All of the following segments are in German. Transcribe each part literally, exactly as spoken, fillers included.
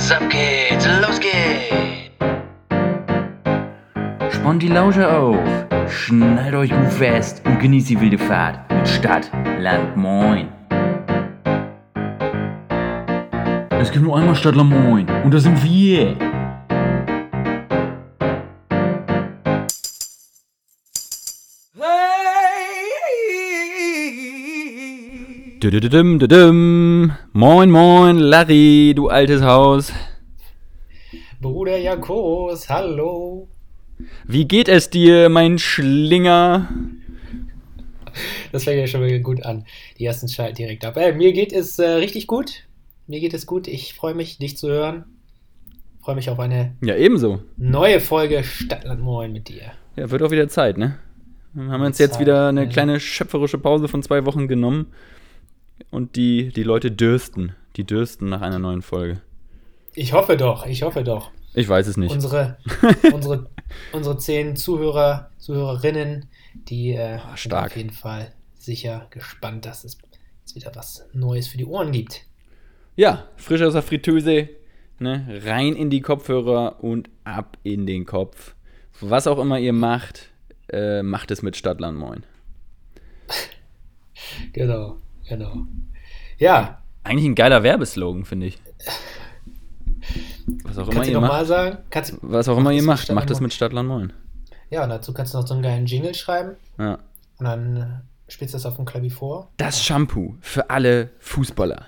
Was ab geht's, los geht's! Spannt die Lausche auf, schnallt euch gut fest und genießt die wilde Fahrt mit Stadt, Land, Moin. Es gibt nur einmal Stadt, Land, Moin und da sind wir. Düdüdüdüm, düdüm. Moin, moin, Larry, du altes Haus. Bruder Jakobs, hallo. Wie geht es dir, mein Schlinger? Das fängt ja schon mal gut an. Die ersten schalten direkt ab. Ey, mir geht es äh, richtig gut. Mir geht es gut. Ich freue mich, dich zu hören. Ich freue mich auf eine Ja, ebenso. neue Folge Stadtland Moin mit dir. Ja, wird auch wieder Zeit, ne? Dann haben wir uns Zeit, jetzt wieder eine ja. kleine schöpferische Pause von zwei Wochen genommen. Und die, die Leute dürsten. Die dürsten nach einer neuen Folge. Ich hoffe doch, ich hoffe doch. Ich weiß es nicht. Unsere, unsere, unsere zehn Zuhörer, Zuhörerinnen, die äh, Oh, sind stark. auf jeden Fall sicher gespannt, dass es jetzt wieder was Neues für die Ohren gibt. Ja, frisch aus der Fritteuse, ne? Rein in die Kopfhörer und ab in den Kopf. Was auch immer ihr macht, äh, macht es mit Stadtland Moin. Genau, genau. Ja, Eigentlich ein geiler Werbeslogan, finde ich. Was auch immer kannst du ihr nochmal macht, sagen? Kannst, was auch immer ihr das mit macht, Stadtland macht es Moin. mit Stadtland Moin. Ja, und dazu kannst du noch so einen geilen Jingle schreiben Ja. und dann äh, spielst du das auf dem Klavier vor. Das Shampoo für alle Fußballer.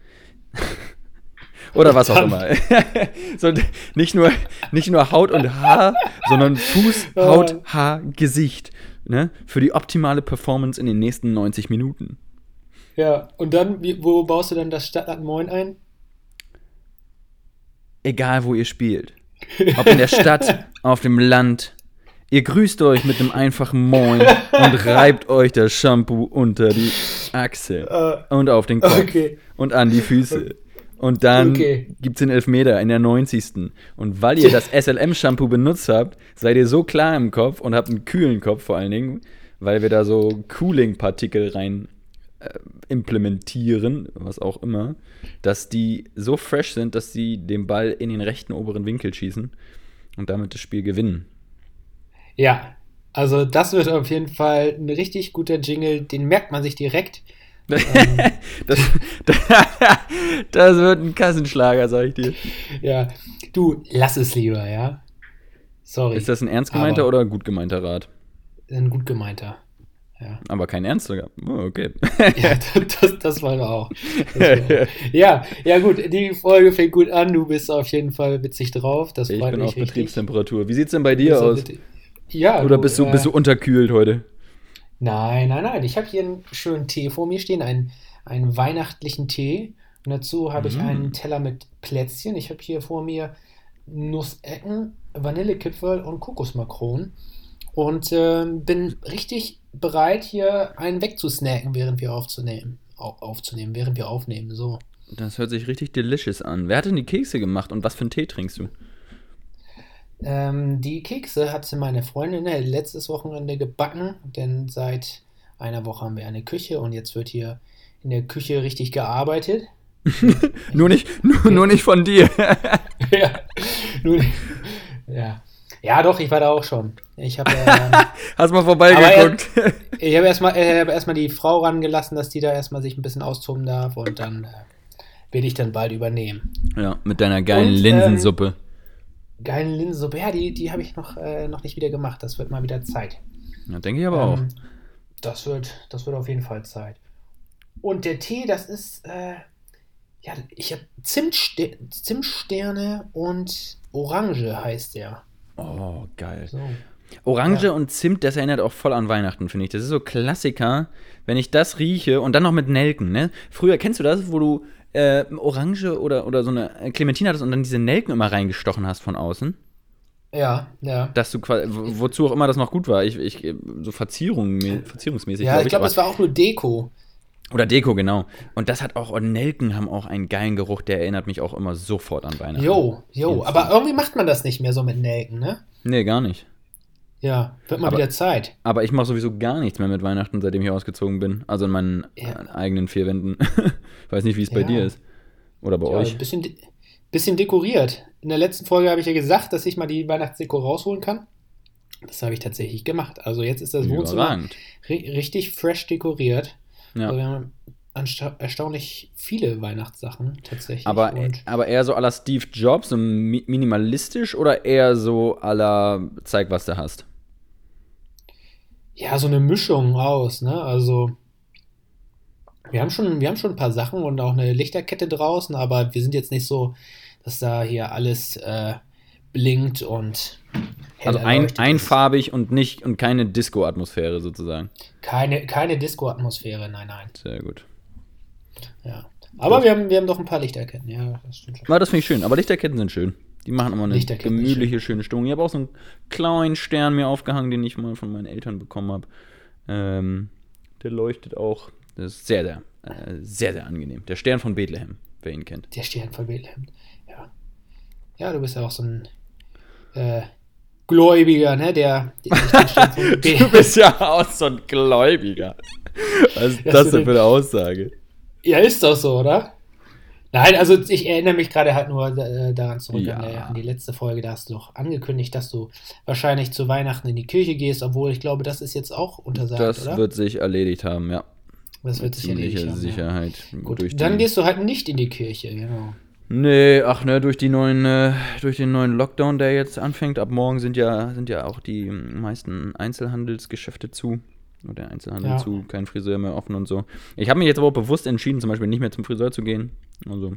Oder was auch immer. So, nicht nur, nicht nur Haut und Haar, sondern Fuß, Haut, Haar, Gesicht. Ne? Für die optimale Performance in den nächsten neunzig Minuten. Ja, und dann, wie, wo baust du dann das Stadtland Moin ein? Egal, wo ihr spielt. Ob in der Stadt, auf dem Land. Ihr grüßt euch mit einem einfachen Moin und reibt euch das Shampoo unter die Achsel Äh, und auf den Kopf okay. und an die Füße. Und dann Okay. gibt's den Elfmeter in der neunzigsten Und weil ihr das S L M-Shampoo benutzt habt, seid ihr so klar im Kopf und habt einen kühlen Kopf vor allen Dingen, weil wir da so Cooling-Partikel rein äh, implementieren, was auch immer, dass die so fresh sind, dass sie den Ball in den rechten oberen Winkel schießen und damit das Spiel gewinnen. Ja, also das wird auf jeden Fall ein richtig guter Jingle, den merkt man sich direkt. Das, das wird ein Kassenschlager, sag ich dir. Ja, du, lass es lieber, ja? Sorry. Ist das ein ernst gemeinter Aber- oder ein gut gemeinter Rat? Ein gut gemeinter. Ja, Aber kein Ernst sogar. Oh, okay. ja das, das war er auch. Das war auch. Ja, ja gut, die Folge fängt gut an, du bist auf jeden Fall witzig drauf, das Ich freut bin mich auf richtig. Betriebstemperatur. Wie sieht's denn bei Du dir bist aus? auf Betrie- Ja, Oder bist du, äh, bist du unterkühlt heute? Nein, nein, nein. Ich habe hier einen schönen Tee vor mir stehen, einen, einen weihnachtlichen Tee. Und dazu habe ich Mm. einen Teller mit Plätzchen. Ich habe hier vor mir Nussecken, Vanillekipferl und Kokosmakronen. Und ähm, bin richtig bereit, hier einen wegzusnacken, während wir aufzunehmen. Au- aufzunehmen, während wir aufnehmen. So. Das hört sich richtig delicious an. Wer hat denn die Kekse gemacht und was für einen Tee trinkst du? Ähm, die Kekse hatte meine Freundin äh, letztes Wochenende gebacken, denn seit einer Woche haben wir eine Küche und jetzt wird hier in der Küche richtig gearbeitet. Nur nicht, nur, nur nicht von dir. Ja, nun, ja. Ja, doch, ich war da auch schon. Ich habe äh, Hast mal vorbeigeguckt. ich hab erstmal äh, hab erstmal die Frau rangelassen, dass die da erstmal sich ein bisschen austoben darf und dann äh, werde ich dann bald übernehmen. Ja, mit deiner geilen Und, ähm, Linsensuppe. Geilen Linsensuppe, ja, die, die habe ich noch, äh, noch nicht wieder gemacht. Das wird mal wieder Zeit. Ja, denke ich aber auch. Ähm, das wird, das wird auf jeden Fall Zeit. Und der Tee, das ist, äh, ja, ich habe Zimtste Zimtsterne und Orange heißt der. Oh, geil. So. Orange Ja. und Zimt, das erinnert auch voll an Weihnachten, finde ich. Das ist so Klassiker, wenn ich das rieche und dann noch mit Nelken, ne? Früher, kennst du das, wo du äh, Orange oder, oder so eine Clementine hattest und dann diese Nelken immer reingestochen hast von außen? Ja, ja. Dass du quasi, wo- wozu auch immer das noch gut war. Ich, ich, so Verzierung, verzierungsmäßig, Ja, glaub ich glaube, aber- das war auch nur Deko. Oder Deko, genau. Und das hat auch, und Nelken haben auch einen geilen Geruch, der erinnert mich auch immer sofort an Weihnachten. Jo, jo. Instant. Aber irgendwie macht man das nicht mehr so mit Nelken, ne? Nee, gar nicht. Ja, wird mal Aber- wieder Zeit. Aber ich mache sowieso gar nichts mehr mit Weihnachten, seitdem ich ausgezogen bin. Also in meinen Ja. äh, eigenen vier Wänden. Weiß nicht, wie es bei Ja. dir ist. Oder bei Ja, euch. ein bisschen, bisschen dekoriert. In der letzten Folge habe ich ja gesagt, dass ich mal die Weihnachtsdeko rausholen kann. Das habe ich tatsächlich gemacht. Also jetzt ist das Wohnzimmer ri- richtig fresh dekoriert. Ja. Also wir haben ansta- erstaunlich viele Weihnachtssachen tatsächlich. Aber, Und aber eher so à la Steve Jobs, so mi- minimalistisch oder eher so à la zeig, was du hast? ja, so eine Mischung aus, ne? Also wir haben schon, wir haben schon ein paar Sachen und auch eine Lichterkette draußen, aber wir sind jetzt nicht so, dass da hier alles äh, blinkt und hell Also ein, erleuchtet ist. einfarbig und nicht und keine Disco-Atmosphäre sozusagen. Keine, keine Disco-Atmosphäre, nein, nein. Sehr gut. Ja. Aber wir haben, wir haben doch ein paar Lichterketten, ja, das stimmt schon. Na, das finde ich schön. Aber Lichterketten sind schön. Die machen immer eine Lichterketten sind gemütliche, schöne Stimmung. Ich habe auch so einen kleinen Stern mir aufgehangen, den ich mal von meinen Eltern bekommen habe. Ähm, der leuchtet auch. Das ist sehr, sehr, äh, sehr, sehr angenehm. Der Stern von Bethlehem, wer ihn kennt. Der Stern von Bethlehem. Ja. Ja, du bist ja auch so ein äh, Gläubiger, ne? Der, der sich den Stern von Du Bethlehem. bist ja auch so ein Gläubiger. Was ist Ja, das so denn für eine Aussage? Ja, ist doch so, oder? Nein, also ich erinnere mich gerade halt nur äh, daran zurück, Ja. an, der, an die letzte Folge. Da hast du doch angekündigt, dass du wahrscheinlich zu Weihnachten in die Kirche gehst, obwohl ich glaube, das ist jetzt auch untersagt, Das oder? wird sich erledigt haben, ja. das wird sich Ziemliche erledigt haben, ja. Sicherheit. Gut, durch dann die- gehst du halt nicht in die Kirche, genau. Nee, ach ne, durch die neuen, äh, durch den neuen Lockdown, der jetzt anfängt. Ab morgen sind ja, sind ja auch die meisten Einzelhandelsgeschäfte zu. Oder der Einzelhandel Ja. zu, kein Friseur mehr offen und so. Ich habe mich jetzt aber auch bewusst entschieden, zum Beispiel nicht mehr zum Friseur zu gehen. Also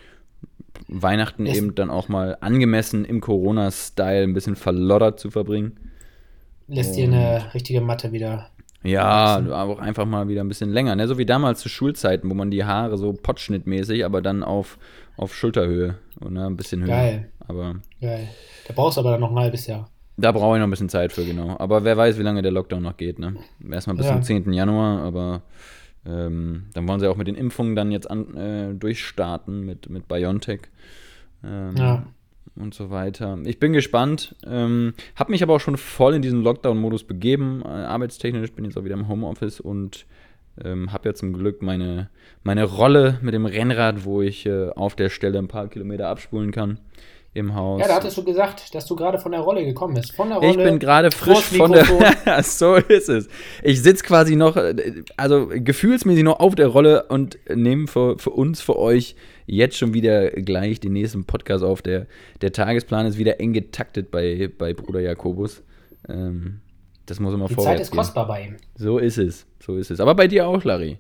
Weihnachten Es- eben dann auch mal angemessen im Corona-Style ein bisschen verloddert zu verbringen. Lässt dir eine richtige Matte wieder. Ja, aber auch einfach mal wieder ein bisschen länger, ne? So wie damals zu Schulzeiten, wo man die Haare so pottschnittmäßig, aber dann auf, auf Schulterhöhe und ne, ein bisschen höher. Geil. Aber Geil. Da brauchst du aber dann noch ein halbes Jahr. da brauche ich noch ein bisschen Zeit für, genau. Aber wer weiß, wie lange der Lockdown noch geht, ne? Erstmal bis Ja. zum zehnten Januar, aber ähm, dann wollen sie auch mit den Impfungen dann jetzt an, äh, durchstarten mit, mit BioNTech. Ähm, Ja. Und so weiter. Ich bin gespannt. Ähm, hab mich aber auch schon voll in diesen Lockdown-Modus begeben. Äh, arbeitstechnisch bin jetzt auch wieder im Homeoffice und ähm, habe ja zum Glück meine, meine Rolle mit dem Rennrad, wo ich äh, auf der Stelle ein paar Kilometer abspulen kann im Haus. Ja, da hattest du gesagt, dass du gerade von der Rolle gekommen bist. Von der Rolle. Ich bin gerade frisch vors von der. Mikrofon. So ist es. Ich sitze quasi noch, äh, also gefühlsmäßig noch auf der Rolle und nehme für, für uns, für euch jetzt schon wieder gleich den nächsten Podcast auf. Der, der Tagesplan ist wieder eng getaktet bei, bei Bruder Jakobus. Ähm, das muss immer Die vorwärts Zeit ist gehen. kostbar bei ihm. So ist es. So ist es. Aber bei dir auch, Larry.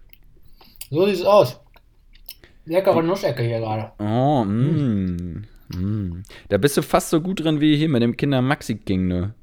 So sieht es aus. Leckere Nussecke hier gerade. Oh, mm, mm. Da bist du fast so gut drin wie hier mit dem Kinder Maxi King, ne?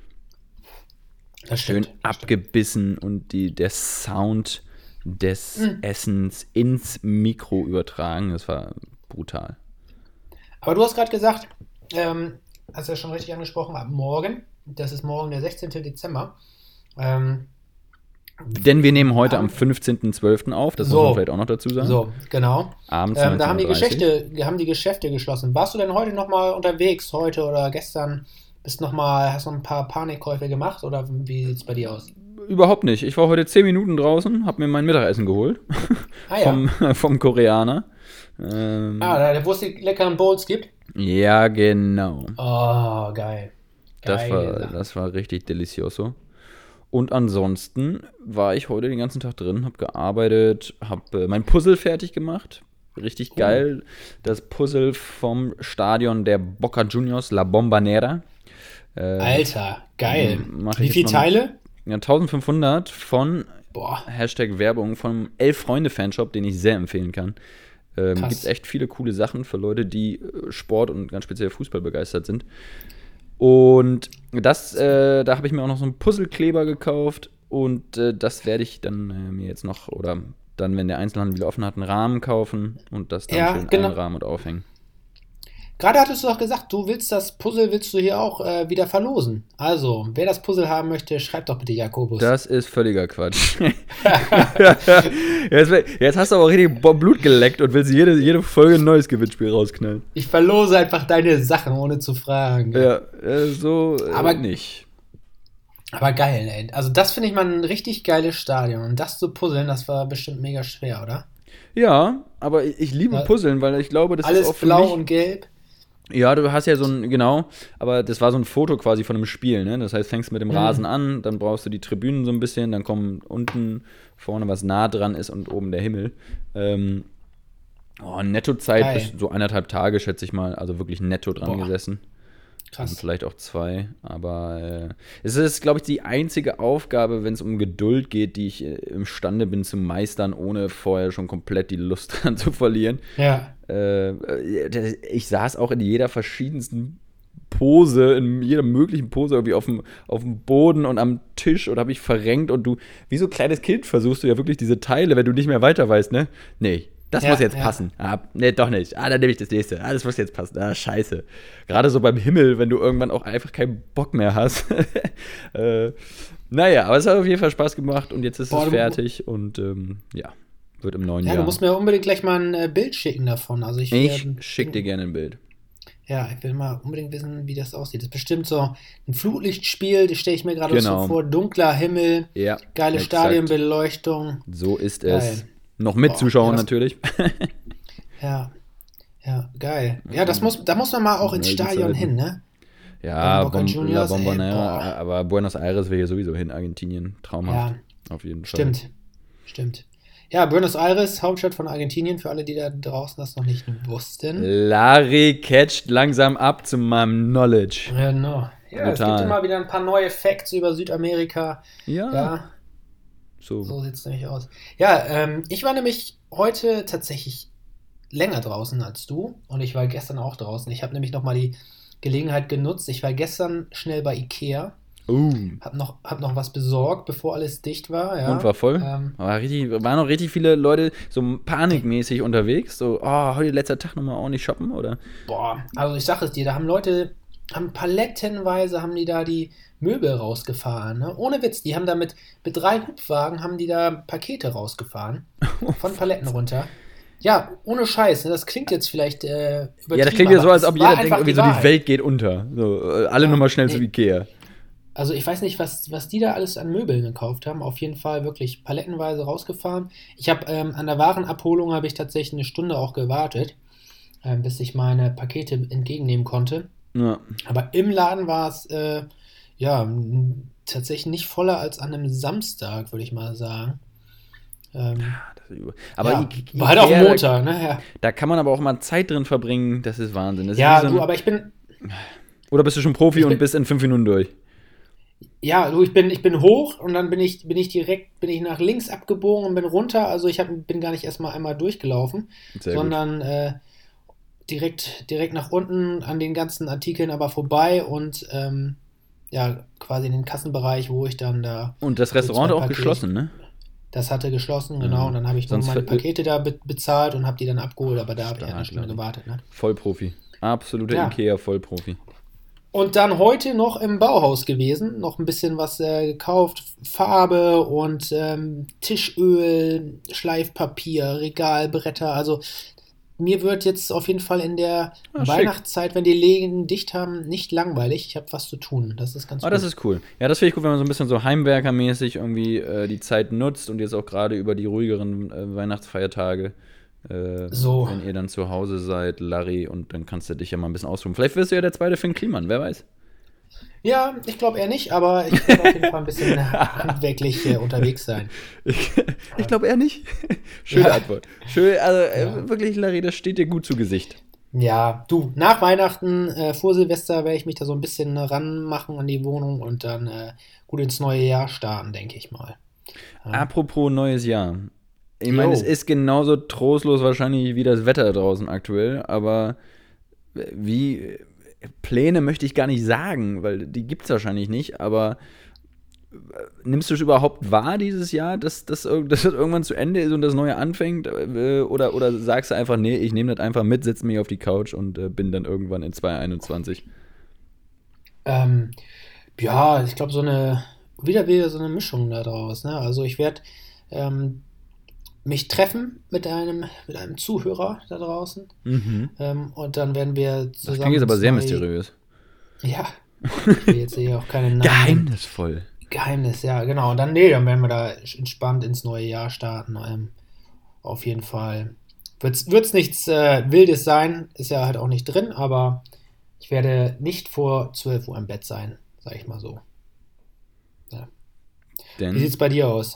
Das Schön stimmt. abgebissen und die, der Sound des Essens ins Mikro übertragen. Das war brutal. Aber du hast gerade gesagt, ähm, hast du ja schon richtig angesprochen, ab morgen, das ist morgen der sechzehnten Dezember, ähm, Denn wir nehmen heute Ah. am fünfzehnten zwölften auf, das So. muss man vielleicht auch noch dazu sagen. so, genau. Abends Ähm, da haben die, neunzehn Uhr dreißig. Geschäfte, haben die Geschäfte geschlossen. Warst du denn heute nochmal unterwegs, heute oder gestern? Bist noch mal, hast noch ein paar Panikkäufe gemacht oder wie sieht es bei dir aus? Überhaupt nicht. Ich war heute zehn Minuten draußen, hab mir mein Mittagessen geholt. Ah ja. vom, vom Koreaner. Ähm, Ah, da, wo es die leckeren Bowls gibt? Ja, genau. Oh, geil. Das Geile war, Sache. das war richtig delicioso. Und ansonsten war ich heute den ganzen Tag drin, habe gearbeitet, habe äh, mein Puzzle fertig gemacht. Richtig geil. Das Puzzle vom Stadion der Boca Juniors, La Bombonera. Äh, Alter, geil. mach ich Wie jetzt viele mal- Teile? Ja, eintausendfünfhundert von Boah, Hashtag Werbung vom Elf-Freunde-Fanshop, den ich sehr empfehlen kann. Ähm, Krass. Gibt echt viele coole Sachen für Leute, die äh, Sport und ganz speziell Fußball begeistert sind. Und das, äh, da habe ich mir auch noch so einen Puzzlekleber gekauft und äh, das werde ich dann äh, mir jetzt noch, oder dann, wenn der Einzelhandel wieder offen hat, einen Rahmen kaufen und das dann Ja, schön genau. einrahmen und aufhängen. gerade hattest du doch gesagt, du willst das Puzzle, willst du hier auch äh, wieder verlosen. Also, wer das Puzzle haben möchte, schreibt doch bitte Jakobus. Das ist völliger Quatsch. jetzt, jetzt hast du aber auch richtig Blut geleckt und willst jede, jede Folge ein neues Gewinnspiel rausknallen. Ich verlose einfach deine Sachen, ohne zu fragen. Ja, äh, so äh, Aber- nicht. Aber geil, ey. Also das finde ich mal ein richtig geiles Stadion. Und das zu puzzeln, das war bestimmt mega schwer, oder? Ja, aber ich, ich liebe Ja. Puzzeln, weil ich glaube, das Alles ist auch für blau mich, und gelb. ja, du hast ja so ein, genau, aber das war so ein Foto quasi von einem Spiel, ne? Das heißt, fängst mit dem Mhm. Rasen an, dann brauchst du die Tribünen so ein bisschen, dann kommen unten vorne was nah dran ist und oben der Himmel. Ähm, oh, Nettozeit Geil. bis so eineinhalb Tage, schätze ich mal, also wirklich netto dran Boah. gesessen. Und Krass. vielleicht auch zwei, aber äh, es ist, glaube ich, die einzige Aufgabe, wenn es um Geduld geht, die ich äh, imstande bin zu meistern, ohne vorher schon komplett die Lust dran zu verlieren. Ja. Äh, äh, ich saß auch in jeder verschiedensten Pose, in jeder möglichen Pose irgendwie auf dem, auf dem Boden und am Tisch und habe mich verrenkt und du, wie so ein kleines Kind versuchst du ja wirklich diese Teile, wenn du nicht mehr weiter weißt, ne? Nee, das Ja, muss jetzt ja. passen. Ah, nee, doch nicht. Ah, dann nehme ich das nächste. Ah, das muss jetzt passen. Ah, scheiße. Gerade so beim Himmel, wenn du irgendwann auch einfach keinen Bock mehr hast. äh, naja, aber es hat auf jeden Fall Spaß gemacht und jetzt ist Boah, es du- fertig und ähm, ja, wird im neuen Ja, Jahr. du musst mir unbedingt gleich mal ein äh, Bild schicken davon. Also ich, ich ähm, schick dir gerne ein Bild. Ja, ich will mal unbedingt wissen, wie das aussieht. Das ist bestimmt so ein Flutlichtspiel, das stelle ich mir gerade Genau. so vor. Dunkler Himmel, Ja, geile exakt. Stadionbeleuchtung. So ist Geil. es. Noch mit Boah, Zuschauern ja, das- natürlich. Ja, ja, geil. Ja, das muss, da muss man mal auch ins Ja, die Stadion Zeiten. hin, ne? Ja, Boca Bom Juniors, La ey, Bombonera, boah. aber Buenos Aires will hier sowieso hin, Argentinien. Traumhaft. Ja, Auf jeden Fall. stimmt. Stimmt. Ja, Buenos Aires, Hauptstadt von Argentinien, für alle, die da draußen das noch nicht wussten. Larry catcht langsam ab zu meinem Knowledge. Genau. Ja, es Brutal. gibt immer wieder ein paar neue Facts über Südamerika. Ja, Ja, so. so sieht es nämlich aus. Ja, ähm, ich war nämlich heute tatsächlich länger draußen als du und ich war gestern auch draußen. Ich habe nämlich nochmal die Gelegenheit genutzt. Ich war gestern schnell bei Ikea, Uh, hab noch, hab noch was besorgt, bevor alles dicht war. Ja. und war voll. Ähm, Aber richtig, waren noch richtig viele Leute so panikmäßig unterwegs. So, oh, heute letzter Tag nochmal ordentlich shoppen, oder? boah, also ich sag es dir, da haben Leute, haben palettenweise haben die da die Möbel rausgefahren. Ne? Ohne Witz, die haben da mit, mit drei Hubwagen haben die da Pakete rausgefahren. Von Paletten runter. Ja, ohne Scheiß. Ne? Das klingt jetzt vielleicht äh, übertrieben. Ja, das klingt ja so, aber als es ob war jeder denkt, einfach irgendwie so die Wahrheit. Welt geht unter. So, äh, alle Ja, nochmal schnell nee. zu Ikea. Also ich weiß nicht, was, was die da alles an Möbeln gekauft haben. Auf jeden Fall wirklich palettenweise rausgefahren. Ich habe ähm, an der Warenabholung habe ich tatsächlich eine Stunde auch gewartet, ähm, bis ich meine Pakete entgegennehmen konnte. Ja. Aber im Laden war es äh, ja m- tatsächlich nicht voller als an einem Samstag, würde ich mal sagen. Ähm, Das ist übel. Aber ja, I- war halt auch Ikea, Montag, ne? Ja, Da kann man aber auch mal Zeit drin verbringen. Das ist Wahnsinn. Das ist ja wie so ein, du, aber ich bin, oder bist du schon Profi ich und bin- bist in fünf Minuten durch? ja, du, ich bin, ich bin hoch und dann bin ich, bin ich direkt, bin ich nach links abgebogen und bin runter. Also ich hab, bin gar nicht erstmal einmal durchgelaufen, Sehr gut. sondern äh, direkt, direkt nach unten an den ganzen Artikeln aber vorbei und ähm, ja, quasi in den Kassenbereich, wo ich dann da, Und das so Restaurant zwei auch Pakete- geschlossen, ne? das hatte geschlossen, genau, und dann habe ich nur Sonst meine ver- Pakete da be bezahlt und habe die dann abgeholt, aber da habe ich halt eine Stark, Stunde Larry. gewartet. Ne? Vollprofi. Absoluter Ja. Ikea-Vollprofi. Und dann heute noch im Bauhaus gewesen, noch ein bisschen was äh, gekauft, Farbe und ähm, Tischöl, Schleifpapier, Regalbretter. Also mir wird jetzt auf jeden Fall in der Ah, schick. Weihnachtszeit, wenn die Läden dicht haben, nicht langweilig. Ich habe was zu tun. Das ist ganz Ah, gut. das ist cool. Ja, das finde ich gut, wenn man so ein bisschen so Heimwerkermäßig irgendwie äh, die Zeit nutzt und jetzt auch gerade über die ruhigeren äh, Weihnachtsfeiertage, äh, So. wenn ihr dann zu Hause seid, Larry, und dann kannst du dich ja mal ein bisschen ausruhen. Vielleicht wirst du ja der zweite Finn Kliman, wer weiß. Ja, ich glaube eher nicht, aber ich werde auf jeden Fall ein bisschen handwerklich äh, unterwegs sein. Ich, ich glaube eher nicht. Schöne Ja. Antwort. Schön, also äh, Ja. wirklich, Larry, das steht dir gut zu Gesicht. Ja, du, nach Weihnachten, äh, vor Silvester werde ich mich da so ein bisschen ranmachen an die Wohnung und dann äh, gut ins neue Jahr starten, denke ich mal. Ja. Apropos neues Jahr. Ich meine, Jo. es ist genauso trostlos wahrscheinlich wie das Wetter draußen aktuell, aber wie Pläne möchte ich gar nicht sagen, weil die gibt es wahrscheinlich nicht, aber nimmst du es überhaupt wahr dieses Jahr, dass, dass, irg- dass das irgendwann zu Ende ist und das Neue anfängt? Äh, Oder, oder sagst du einfach, nee, ich nehme das einfach mit, setze mich auf die Couch und äh, bin dann irgendwann in zwanzig einundzwanzig? Ähm, ja, ich glaube, so eine, wieder wieder so eine Mischung da draus, ne? Also ich werde ähm, mich treffen mit einem, mit einem Zuhörer da draußen Mhm. ähm, und dann werden wir Das zusammen. klingt jetzt aber ins sehr neue- mysteriös. Ja, ich will jetzt hier auch keine Namen. Geheimnisvoll. Geheimnis, ja, genau. Und dann, nee, dann werden wir da entspannt ins neue Jahr starten. Ähm, auf jeden Fall wird es nichts äh, Wildes sein, ist ja halt auch nicht drin, aber ich werde nicht vor zwölf Uhr im Bett sein, sag ich mal so. Ja. Denn, Wie sieht's bei dir aus?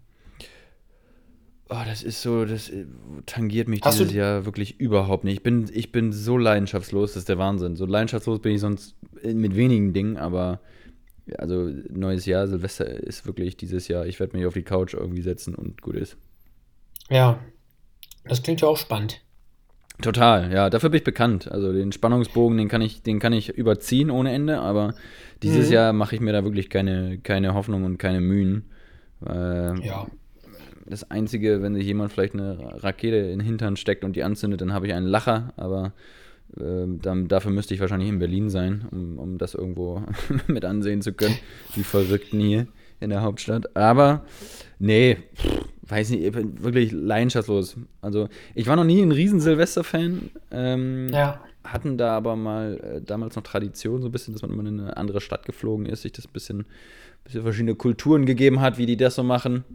oh, das ist so, das äh, tangiert mich Hast dieses du- Jahr wirklich überhaupt nicht. Ich bin, ich bin so leidenschaftslos, das ist der Wahnsinn. So leidenschaftslos bin ich sonst mit wenigen Dingen, aber ja, also neues Jahr, Silvester ist wirklich dieses Jahr, ich werde mich auf die Couch irgendwie setzen und gut ist. Ja, das klingt ja auch spannend. Total, ja, dafür bin ich bekannt. Also den Spannungsbogen, den kann ich, den kann ich überziehen ohne Ende, aber dieses Mhm. Jahr mache ich mir da wirklich keine, keine Hoffnung und keine Mühen. Äh, Ja, Das Einzige, wenn sich jemand vielleicht eine Rakete in den Hintern steckt und die anzündet, dann habe ich einen Lacher, aber äh, dann, dafür müsste ich wahrscheinlich in Berlin sein, um, um das irgendwo mit ansehen zu können, die Verrückten hier in der Hauptstadt. Aber nee, pff, weiß nicht, ich bin wirklich leidenschaftslos. Also ich war noch nie ein riesen Silvester-Fan, ähm, ja, hatten da aber mal äh, damals noch Tradition, so ein bisschen, dass man immer in eine andere Stadt geflogen ist, sich das ein bisschen, bisschen verschiedene Kulturen gegeben hat, wie die das so machen.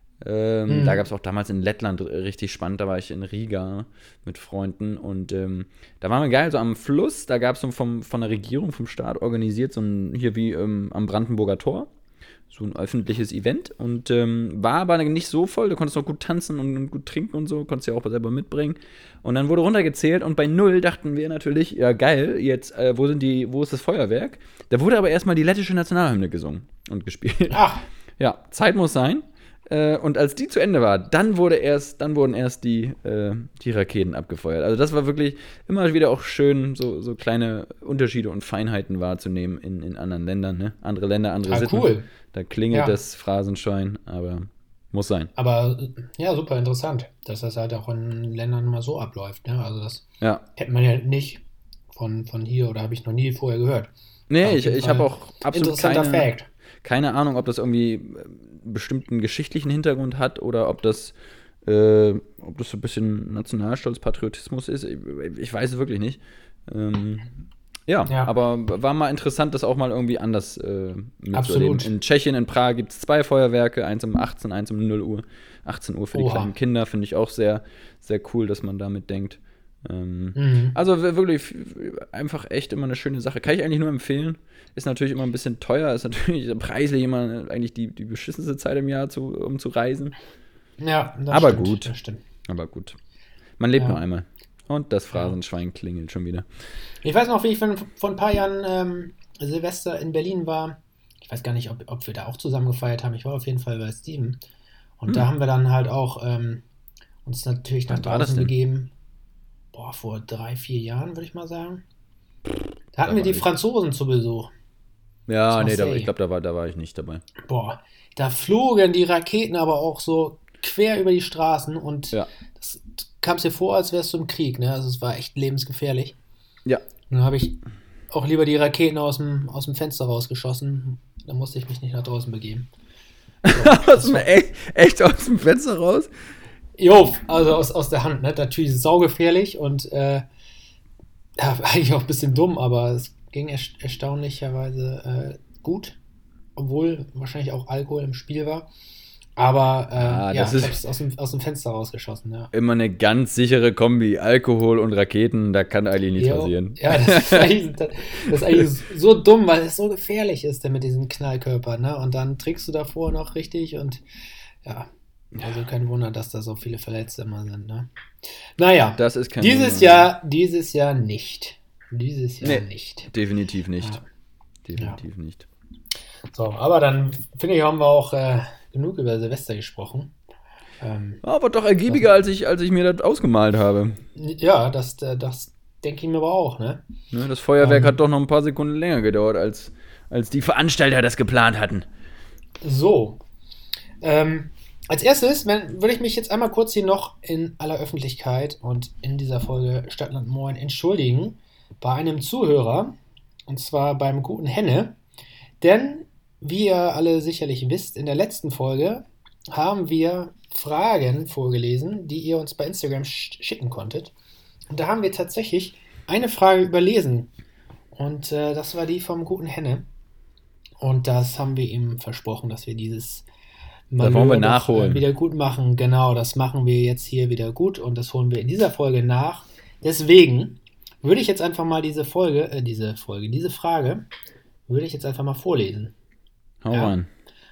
Ähm, Mhm. Da gab es auch damals in Lettland richtig spannend, da war ich in Riga mit Freunden und ähm, da waren wir geil, so am Fluss, da gab es so vom, von der Regierung, vom Staat organisiert, so ein, hier wie ähm, am Brandenburger Tor, so ein öffentliches Event und ähm, war aber nicht so voll, du konntest noch gut tanzen und, und gut trinken und so, konntest ja auch selber mitbringen und dann wurde runtergezählt und bei null dachten wir natürlich, ja geil, jetzt, äh, wo sind die, wo ist das Feuerwerk? Da wurde aber erstmal die lettische Nationalhymne gesungen und gespielt. ach, Ja, Zeit muss sein. Äh, und als die zu Ende war, dann wurde erst, dann wurden erst die, äh, die Raketen abgefeuert. Also das war wirklich immer wieder auch schön, so, so kleine Unterschiede und Feinheiten wahrzunehmen in, in anderen Ländern. Ne? Andere Länder, andere ah, Sitten. cool. Da klingelt Ja. das Phrasenschwein, aber muss sein. Aber äh, ja, super interessant, dass das halt auch in Ländern mal so abläuft. Ne? Also das Ja. kennt man ja nicht von, von hier oder habe ich noch nie vorher gehört. Nee, Auf ich, jeden ich Fall habe auch absolut interessanter keine, Fact. keine Ahnung, ob das irgendwie äh, bestimmten geschichtlichen Hintergrund hat oder ob das, äh, ob das so ein bisschen Nationalstolz, Patriotismus ist. Ich, ich weiß es wirklich nicht. Ähm, ja, Ja. aber war mal interessant, das auch mal irgendwie anders äh, mitzuerleben. Absolut. In Tschechien, in Prag gibt es zwei Feuerwerke, eins um achtzehn, eins um null Uhr. achtzehn Uhr für die Oha. kleinen Kinder, finde ich auch sehr, sehr cool, dass man damit denkt. Ähm, Mhm. Also wir- wirklich einfach echt immer eine schöne Sache. Kann ich eigentlich nur empfehlen. Ist natürlich immer ein bisschen teuer, ist natürlich preislich immer eigentlich die, die beschissenste Zeit im Jahr, zu, um zu reisen. Ja, das Aber stimmt, gut. Das stimmt. Aber gut. Man lebt Ja. nur einmal. Und das Phrasenschwein klingelt schon wieder. Ich weiß noch, wie ich von, vor ein paar Jahren ähm, Silvester in Berlin war. Ich weiß gar nicht, ob, ob wir da auch zusammen gefeiert haben. Ich war auf jeden Fall bei Steven. Und Hm. da haben wir dann halt auch ähm, uns natürlich nach Wann war das draußen denn? begeben. Boah, vor drei, vier Jahren, würde ich mal sagen. Da Da hatten wir war die ich. Franzosen zu Besuch. Ja, Das nee, da, Marseille. ich glaube, da war, da war ich nicht dabei. Boah, da flogen die Raketen aber auch so quer über die Straßen und Ja. das kam es dir vor, als wärst du im Krieg, ne? Also es war echt lebensgefährlich. Ja. Dann habe ich auch lieber die Raketen aus dem, aus dem Fenster rausgeschossen. Da musste ich mich nicht nach draußen begeben. Aus dem, echt, echt aus dem Fenster raus? Jo, also aus, aus der Hand, ne? Natürlich saugefährlich und äh, ja, eigentlich auch ein bisschen dumm, aber es ging erst, erstaunlicherweise äh, gut. Obwohl wahrscheinlich auch Alkohol im Spiel war. Aber äh, Ah, ja, das ich ist- habe es aus dem, aus dem Fenster rausgeschossen, ja. Immer eine ganz sichere Kombi. Alkohol und Raketen, da kann eigentlich nichts Jo, passieren. Ja, das ist, eigentlich, das ist eigentlich so dumm, weil es so gefährlich ist denn mit diesen Knallkörpern, ne? Und dann trinkst du davor noch richtig und ja, also kein Wunder, dass da so viele Verletzte immer sind, ne? Naja, Das ist kein dieses Wunder. Jahr, dieses Jahr nicht. Dieses Jahr Nee. nicht. Definitiv nicht. Ja. Definitiv nicht. So, aber dann finde ich, haben wir auch äh, genug über Silvester gesprochen. Ähm, Aber doch ergiebiger, als ich, als ich mir das ausgemalt habe. ja, das, äh, das denke ich mir aber auch, ne? Ne, das Feuerwerk Ähm. hat doch noch ein paar Sekunden länger gedauert, als, als die Veranstalter das geplant hatten. So. Ähm, als erstes wenn- würde ich mich jetzt einmal kurz hier noch in aller Öffentlichkeit und in dieser Folge Stadtland Moin entschuldigen bei einem Zuhörer, und zwar beim guten Henne. Denn, wie ihr alle sicherlich wisst, in der letzten Folge haben wir Fragen vorgelesen, die ihr uns bei Instagram sch- schicken konntet. Und da haben wir tatsächlich eine Frage überlesen. Und äh, das war die vom guten Henne. Und das haben wir ihm versprochen, dass wir dieses Da wollen wir doch, nachholen. Äh, wieder gut machen. Genau, das machen wir jetzt hier wieder gut und das holen wir in dieser Folge nach. Deswegen würde ich jetzt einfach mal diese Folge, äh, diese Folge, diese Frage, würde ich jetzt einfach mal vorlesen. Hau Ja. rein.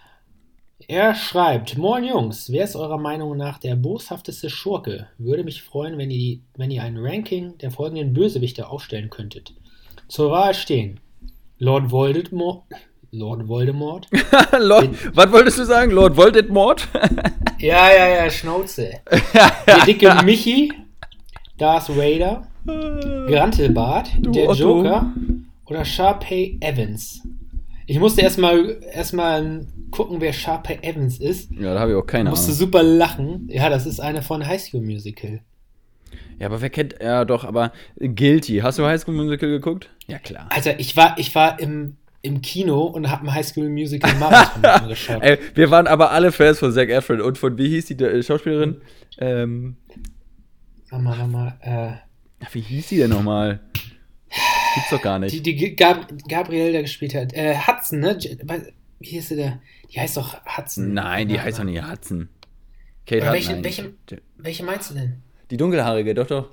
Er schreibt, Moin Jungs, wer ist eurer Meinung nach der boshafteste Schurke? Würde mich freuen, wenn ihr, wenn ihr ein Ranking der folgenden Bösewichte aufstellen könntet. Zur Wahl stehen Lord Voldemort, Lord Voldemort, Lord, was wolltest du sagen? Lord Voldemort? ja, ja, ja, Schnauze, der dicke Michi, Darth Vader, Grantelbart, Du der Otto. Joker oder Sharpay Evans. Ich musste erstmal erstmal gucken, wer Sharpay Evans ist. Ja, da habe ich auch keine Musste Ahnung. super lachen. Ja, das ist eine von High School Musical. Ja, aber wer kennt, ja doch, aber Guilty. Hast du High School Musical geguckt? Ja, klar. Alter, ich war, ich war im, im Kino und habe ein High School Musical Marathon angeschaut. Ey, wir waren aber alle Fans von Zac Efron und von, wie hieß die äh, Schauspielerin? Ähm, Warte mal, warte mal. Äh, ach, wie hieß die denn nochmal? Gibt's doch gar nicht. die, die Gab Gabrielle da gespielt hat. Äh, Hudson, ne? J- Wie hieß sie da? Die heißt doch Hudson. Nein, die Warte heißt doch mal. nicht Hudson. Kate Oder Hudson. welche, nein. welche, welche meinst du denn? Die dunkelhaarige, doch, doch.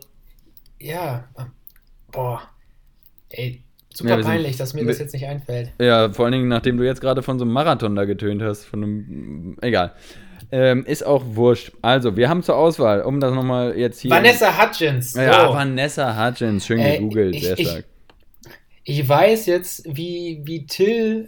Ja. Boah. Ey, super Ja, wir sind- peinlich, dass mir das wir- jetzt nicht einfällt. Ja, vor allen Dingen, nachdem du jetzt gerade von so einem Marathon da getönt hast. Von einem, egal. Ähm, ist auch wurscht. Also, wir haben zur Auswahl, um das nochmal jetzt hier... Vanessa Hudgens. Ja, so. Vanessa Hudgens, schön Äh, gegoogelt, ich- sehr ich- stark. Ich weiß jetzt, wie, wie Till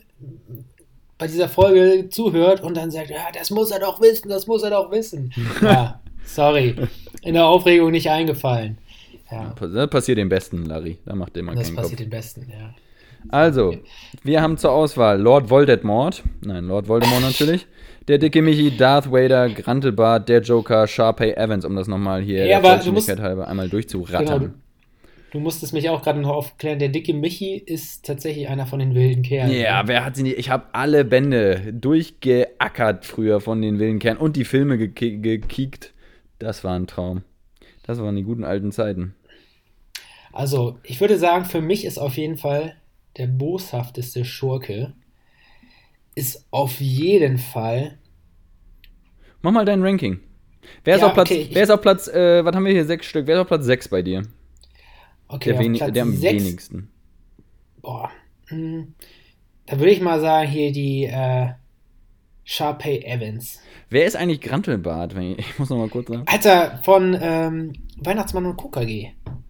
bei dieser Folge zuhört und dann sagt, ja, das muss er doch wissen, das muss er doch wissen. Ja, sorry. In der Aufregung nicht eingefallen. Ja, Das passiert dem Besten, Larry. Da macht immer das keinen passiert Kopf. den Besten, ja. Also, wir haben zur Auswahl Lord Voldemort. Nein, Lord Voldemort natürlich. Der dicke Michi, Darth Vader, Grantelbart, der Joker, Sharpay Evans, um das nochmal hier Ja, der aber du Vollständigkeit musst- halber einmal durchzurattern. Genau, Du musstest mich auch gerade noch aufklären, der dicke Michi ist tatsächlich einer von den wilden Kerlen. Ja, wer hat sie nicht? Ich habe alle Bände durchgeackert früher von den wilden Kernen und die Filme geki- gekiekt. Das war ein Traum. Das waren die guten alten Zeiten. Also, ich würde sagen, für mich ist auf jeden Fall der boshafteste Schurke ist auf jeden Fall Mach mal dein Ranking. Wer ist Ja, auf Platz, okay, ich- wer ist auf Platz, äh, was haben wir hier, sechs Stück? Wer ist auf Platz sechs bei dir? okay, Der, auf wenig, Platz der am sechs. wenigsten. Boah. hm, Da würde ich mal sagen, hier die äh, Sharpay Evans. Wer ist eigentlich Grantelbart? Wenn Ich, ich muss noch mal kurz sagen. Alter, von ähm, Weihnachtsmann und K K G.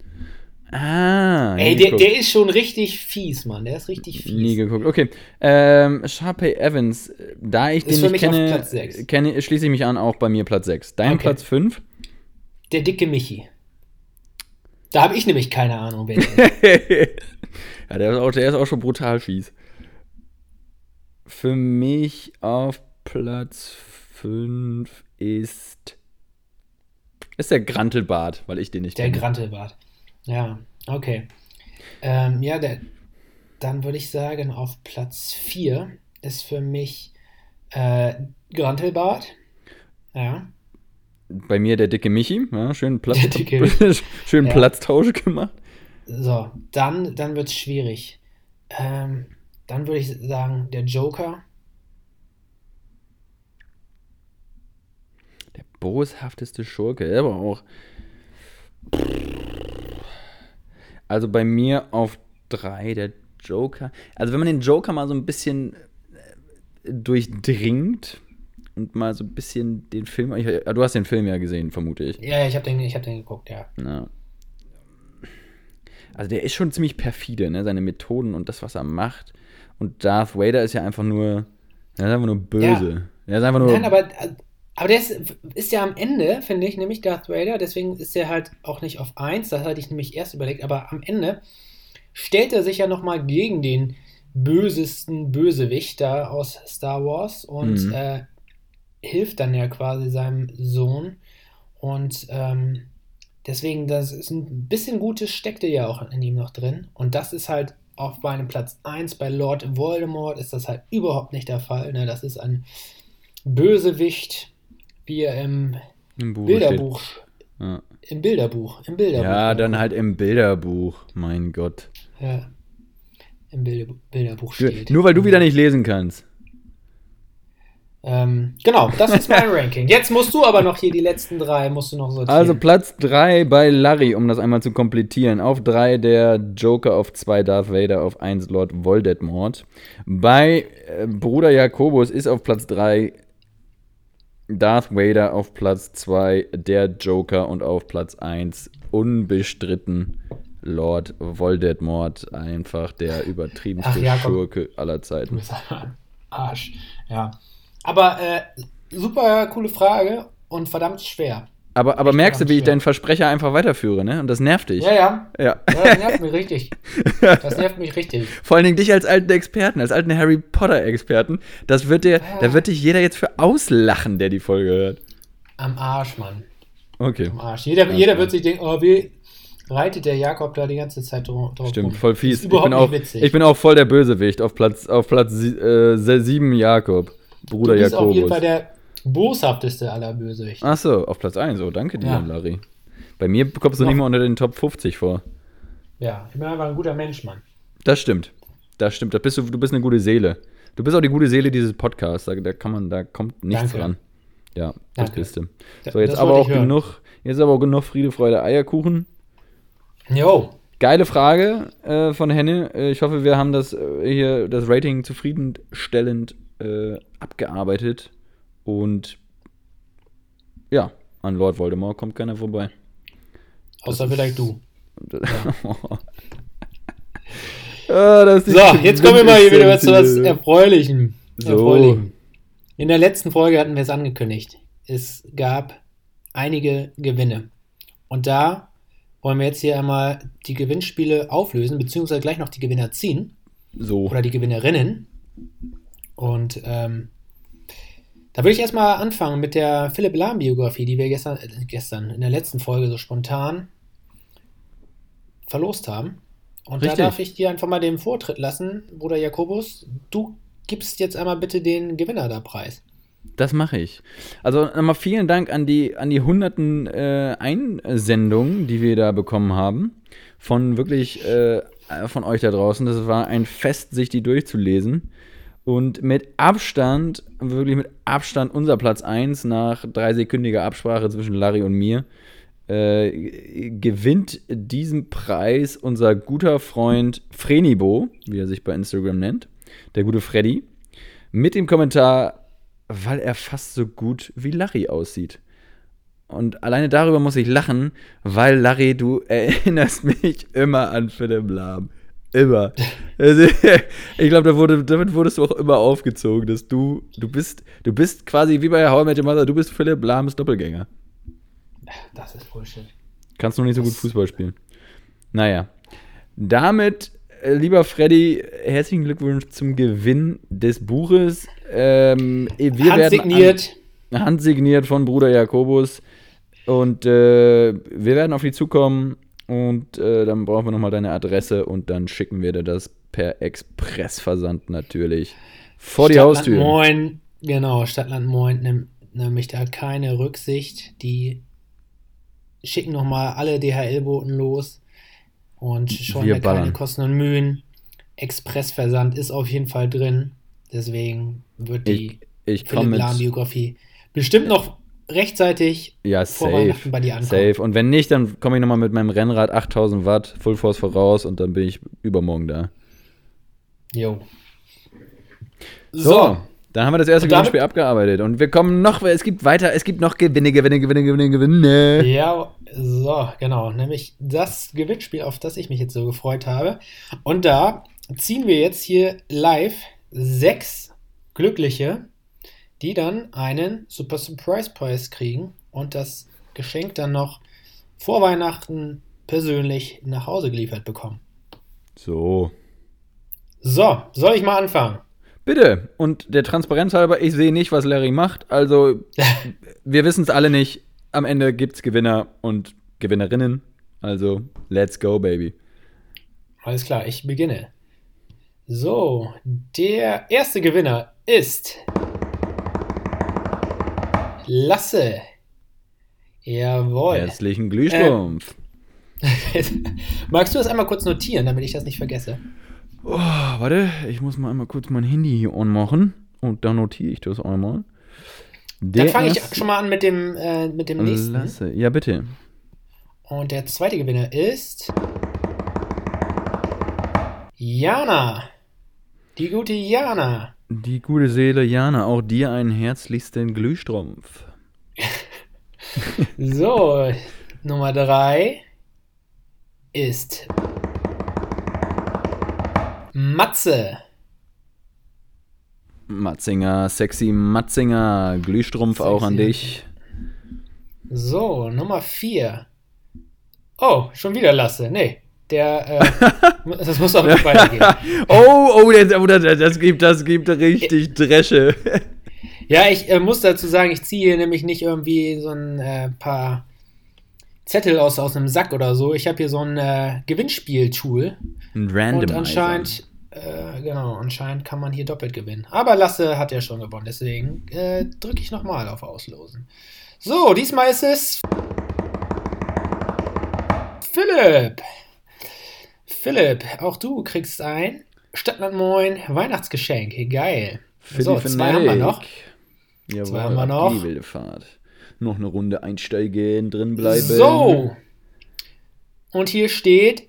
Ah, Ey, nie der, geguckt. der ist schon richtig fies, Mann. Der ist richtig Nie fies. geguckt. Okay. Ähm, Sharpay Evans, äh, da ich Ist den für nicht mich auf kenne, Platz sechs. kenne, schließe ich mich an, auch bei mir Platz sechs. Dein Okay. Platz fünf? Der dicke Michi. Da habe ich nämlich keine Ahnung, wer der ist. Ja, der ist, auch, der ist auch schon brutal fies. Für mich auf Platz fünf ist. Ist der Grantelbart, weil ich den nicht Der kenne. Grantelbart. Ja, okay. Ähm, ja, der, dann würde ich sagen, auf Platz vier ist für mich äh, Grantelbart. Ja. Bei mir der dicke Michi. Ja, schön, Platz, Der dicke schön Ja. Platztausch gemacht. So, dann, dann wird es schwierig. Ähm, dann würde ich sagen, der Joker. Der boshafteste Schurke, der aber auch. Also bei mir auf drei der Joker. Also wenn man den Joker mal so ein bisschen äh, durchdringt und mal so ein bisschen den Film. Ich, du hast den Film ja gesehen, vermute ich. Ja, ja, ich habe den, ich hab den geguckt, ja. Ja. Also der ist schon ziemlich perfide, ne? Seine Methoden und das, was er macht. Und Darth Vader ist ja einfach nur. Er ist einfach nur böse. Er ist einfach nur. Nein, aber, aber der ist, ist ja am Ende, finde ich, nämlich Darth Vader, deswegen ist er halt auch nicht auf eins, das hatte ich nämlich erst überlegt, aber am Ende stellt er sich ja nochmal gegen den bösesten Bösewicht da aus Star Wars und Mhm. äh, hilft dann ja quasi seinem Sohn und ähm, deswegen, das ist ein bisschen Gutes steckte ja auch in ihm noch drin und das ist halt auf meinem Platz eins bei Lord Voldemort ist das halt überhaupt nicht der Fall, ne? Das ist ein Bösewicht, wie er im Im Buch Bilderbuch, Ja. im Bilderbuch, im Bilderbuch. Ja, dann halt im Bilderbuch. Mein Gott. Ja, im Bilder, Bilderbuch steht. Nur weil du wieder nicht lesen kannst. Ähm, genau, das ist mein Ranking. Jetzt musst du aber noch hier die letzten drei, musst du noch sortieren. Also Platz drei bei Larry, um das einmal zu komplettieren. Auf drei der Joker, auf zwei Darth Vader, auf eins Lord Voldemort. Bei äh, Bruder Jakobus ist auf Platz drei Darth Vader, auf Platz zwei der Joker und auf Platz eins unbestritten Lord Voldemort. Einfach der übertriebenste Ach ja, komm. Schurke aller Du Zeiten. bist ein Arsch. Ja. Aber äh, super coole Frage und verdammt schwer. Aber, aber Echt merkst du, wie ich schwer. deinen Versprecher einfach weiterführe, ne? Und das nervt dich. Ja, ja. Ja. Ja, das nervt mich richtig. Das nervt mich richtig. Vor allen Dingen dich als alten Experten, als alten Harry Potter-Experten. Das wird dir, Ja. da wird dich jeder jetzt für auslachen, der die Folge hört. Am Arsch, Mann. Okay. Am Arsch. Jeder, Ja, jeder klar. wird sich denken, oh, wie reitet der Jakob da die ganze Zeit dro- drauf Stimmt, rum. voll fies. Ist Ich überhaupt bin, auch, nicht witzig. ich bin auch voll der Bösewicht auf Platz, auf Platz sie- äh, se- sieben Jakob. Bruder du bist auf jeden Jakobus. Fall der boshafteste aller Bösewichte. Achso, auf Platz eins. Oh, danke dir, Ja. Larry. Bei mir kommst du Noch- nicht mal unter den Top fünfzig vor. Ja, ich bin einfach ein guter Mensch, Mann. Das stimmt. Das stimmt. Da bist du, du bist eine gute Seele. Du bist auch die gute Seele dieses Podcasts. Da, da kann man, da kommt nichts Danke. ran. Ja, das Danke. bist du. Da- So, jetzt das aber wollte auch ich hören. genug, jetzt aber auch genug Friede, Freude, Eierkuchen. Jo, Geile Frage äh, von Henne. Äh, ich hoffe, wir haben das äh, hier das Rating zufriedenstellend äh, abgearbeitet. Und ja, an Lord Voldemort kommt keiner vorbei. außer vielleicht du. Ah, das ist So, die jetzt kommen wir mal hier wieder zu was Quintessenz. Erfreulichem. So. Erfreulichem. In der letzten Folge hatten wir es angekündigt. Es gab einige Gewinne. Und da wollen wir jetzt hier einmal die Gewinnspiele auflösen, beziehungsweise gleich noch die Gewinner ziehen. So. Oder die Gewinnerinnen. Und ähm, da würde ich erstmal anfangen mit der Philipp Lahm-Biografie, die wir gestern, äh, gestern in der letzten Folge so spontan verlost haben. Und Richtig. da darf ich dir einfach mal den Vortritt lassen, Bruder Jakobus. Du gibst jetzt einmal bitte den Gewinner da preis. Das mache ich. Also nochmal vielen Dank an die, an die hunderten äh, Einsendungen, die wir da bekommen haben. Von wirklich, äh, von euch da draußen. Das war ein Fest, sich die durchzulesen. Und mit Abstand, wirklich mit Abstand unser Platz eins nach dreisekündiger Absprache zwischen Larry und mir, äh, gewinnt diesen Preis unser guter Freund Frenibo, wie er sich bei Instagram nennt, der gute Freddy, mit dem Kommentar, weil er fast so gut wie Larry aussieht. Und alleine darüber muss ich lachen, weil Larry, du erinnerst mich immer an Philipp Lahm. Immer. Also, ich glaube, da wurde, damit wurdest du auch immer aufgezogen, dass du, du bist, du bist quasi wie bei How I Met Your Mother, du bist Philipp Lahms Doppelgänger. Das ist Bullshit. Kannst noch nicht so gut Fußball spielen. Naja. Damit, äh, lieber Freddy, herzlichen Glückwunsch zum Gewinn des Buches. Ähm, wir werden Handsigniert. An, handsigniert von Bruder Jakobus. Und äh, wir werden auf dich zukommen. Und äh, dann brauchen wir nochmal deine Adresse. Und dann schicken wir dir das per Expressversand natürlich vor die Stadtland Haustür. Moin, genau, Stadtland Moin nimmt nämlich da keine Rücksicht. Die schicken nochmal alle D H L-Boten los und scheuen Wir mir keine ballern. Kosten und Mühen. Expressversand ist auf jeden Fall drin. Deswegen wird die Ich, ich Philipp komme Lahm mit. Biografie bestimmt noch rechtzeitig Ja, vor safe. Weihnachten bei dir ankommen. Safe. Und wenn nicht, dann komme ich nochmal mit meinem Rennrad achttausend Watt, Full Force voraus und dann bin ich übermorgen da. Jo. So, dann haben wir das erste Und damit- Gewinnspiel abgearbeitet. Und wir kommen noch, es gibt weiter, es gibt noch Gewinne, Gewinne, Gewinne, Gewinne, Gewinne. Ja, so, genau. Nämlich das Gewinnspiel, auf das ich mich jetzt so gefreut habe. Und da ziehen wir jetzt hier live sechs Glückliche, die dann einen Super Surprise Preis kriegen und das Geschenk dann noch vor Weihnachten persönlich nach Hause geliefert bekommen. So. So, soll ich mal anfangen? Bitte. Und der Transparenz halber, ich sehe nicht, was Larry macht. Also, wir wissen es alle nicht. Am Ende gibt es Gewinner und Gewinnerinnen. Also, let's go, baby. Alles klar, ich beginne. So, der erste Gewinner ist Lasse. Jawohl. Herzlichen Glühstrumpf. Magst du das einmal kurz notieren, damit ich das nicht vergesse? Oh, warte, ich muss mal einmal kurz mein Handy hier anmachen. Und dann notiere ich das einmal. Dann fange ich schon mal an mit dem, äh, mit dem nächsten. Lasse. Ja, bitte. Und der zweite Gewinner ist Jana. Die gute Jana. Die gute Seele Jana, auch dir einen herzlichsten Glühstrumpf. So, Nummer drei ist Matze. Matzinger, sexy Matzinger, Glühstrumpf Sexy auch an dich. So, Nummer vier. Oh, schon wieder Lasse. Nee, der, äh, das muss auch nicht weitergehen. oh, oh, das, oh, das, das, gibt, das gibt richtig Dresche. Ja, ich äh, muss dazu sagen, ich ziehe hier nämlich nicht irgendwie so ein äh, paar Zettel aus, aus einem Sack oder so. Ich habe hier so ein äh, Gewinnspiel-Tool. Ein Randomizer. Und anscheinend, äh, genau, anscheinend kann man hier doppelt gewinnen. Aber Lasse hat ja schon gewonnen, deswegen äh, drücke ich nochmal auf Auslosen. So, diesmal ist es Philipp. Philipp, auch du kriegst ein Stadtland Moin Weihnachtsgeschenk. Geil. So, zwei haben wir noch. Jawohl, zwei haben wir noch. Die wilde Fahrt. Noch eine Runde einsteigen, drin bleiben. So. Und hier steht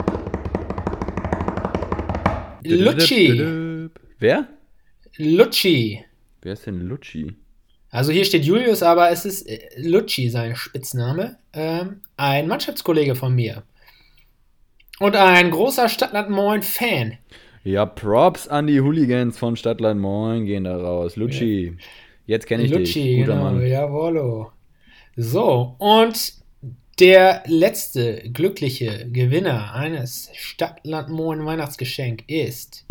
Lucci. Wer? Lucci. Wer ist denn Lucci? Also hier steht Julius, aber es ist Lucci sein Spitzname. Ähm, ein Mannschaftskollege von mir. Und ein großer Stadtland Moin Fan. Ja, Props an die Hooligans von Stadtland Moin gehen da raus. Lucci, ja. Jetzt kenne ich Lucci, dich. Guter genau, Mann. Jawollo. So, und der letzte glückliche Gewinner eines Stadtland Moin Weihnachtsgeschenk ist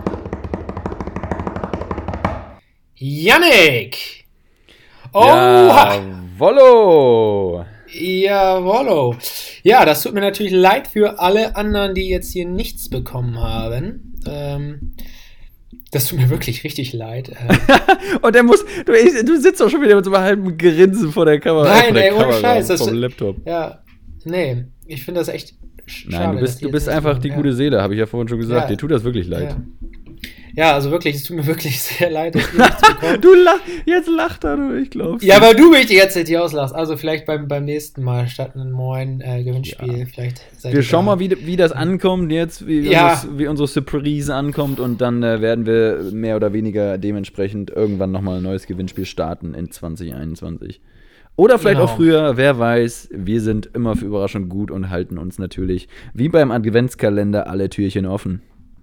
Yannick. Oha! Jawollo! Jawollo. Ja, das tut mir natürlich leid für alle anderen, die jetzt hier nichts bekommen haben. Ähm, das tut mir wirklich richtig leid. Und der muss, du, du sitzt doch schon wieder mit so einem halben Grinsen vor der Kamera. Nein, der ey, ohne Kamera, Scheiß. Das, vom Laptop. Ja, nee, ich finde das echt schade. Nein, du bist, du bist einfach die ja. gute Seele, habe ich ja vorhin schon gesagt. Ja. Dir tut das wirklich leid. Ja. Ja, also wirklich, es tut mir wirklich sehr leid, dass ihr nichts bekommt. Du lach, jetzt lacht er, du, ich glaube. Ja, weil du mich die ganze Zeit hier auslachst. Also vielleicht beim, beim nächsten Mal statt einem neuen äh, Gewinnspiel. Ja. Vielleicht seid Wir ihr schauen da. mal, wie, wie das ankommt jetzt, wie, Ja. unser, wie unsere Surprise ankommt und dann äh, werden wir mehr oder weniger dementsprechend irgendwann nochmal ein neues Gewinnspiel starten in zwanzig einundzwanzig. Oder vielleicht Genau. auch früher, wer weiß. Wir sind immer für Überraschung gut und halten uns natürlich wie beim Adventskalender alle Türchen offen.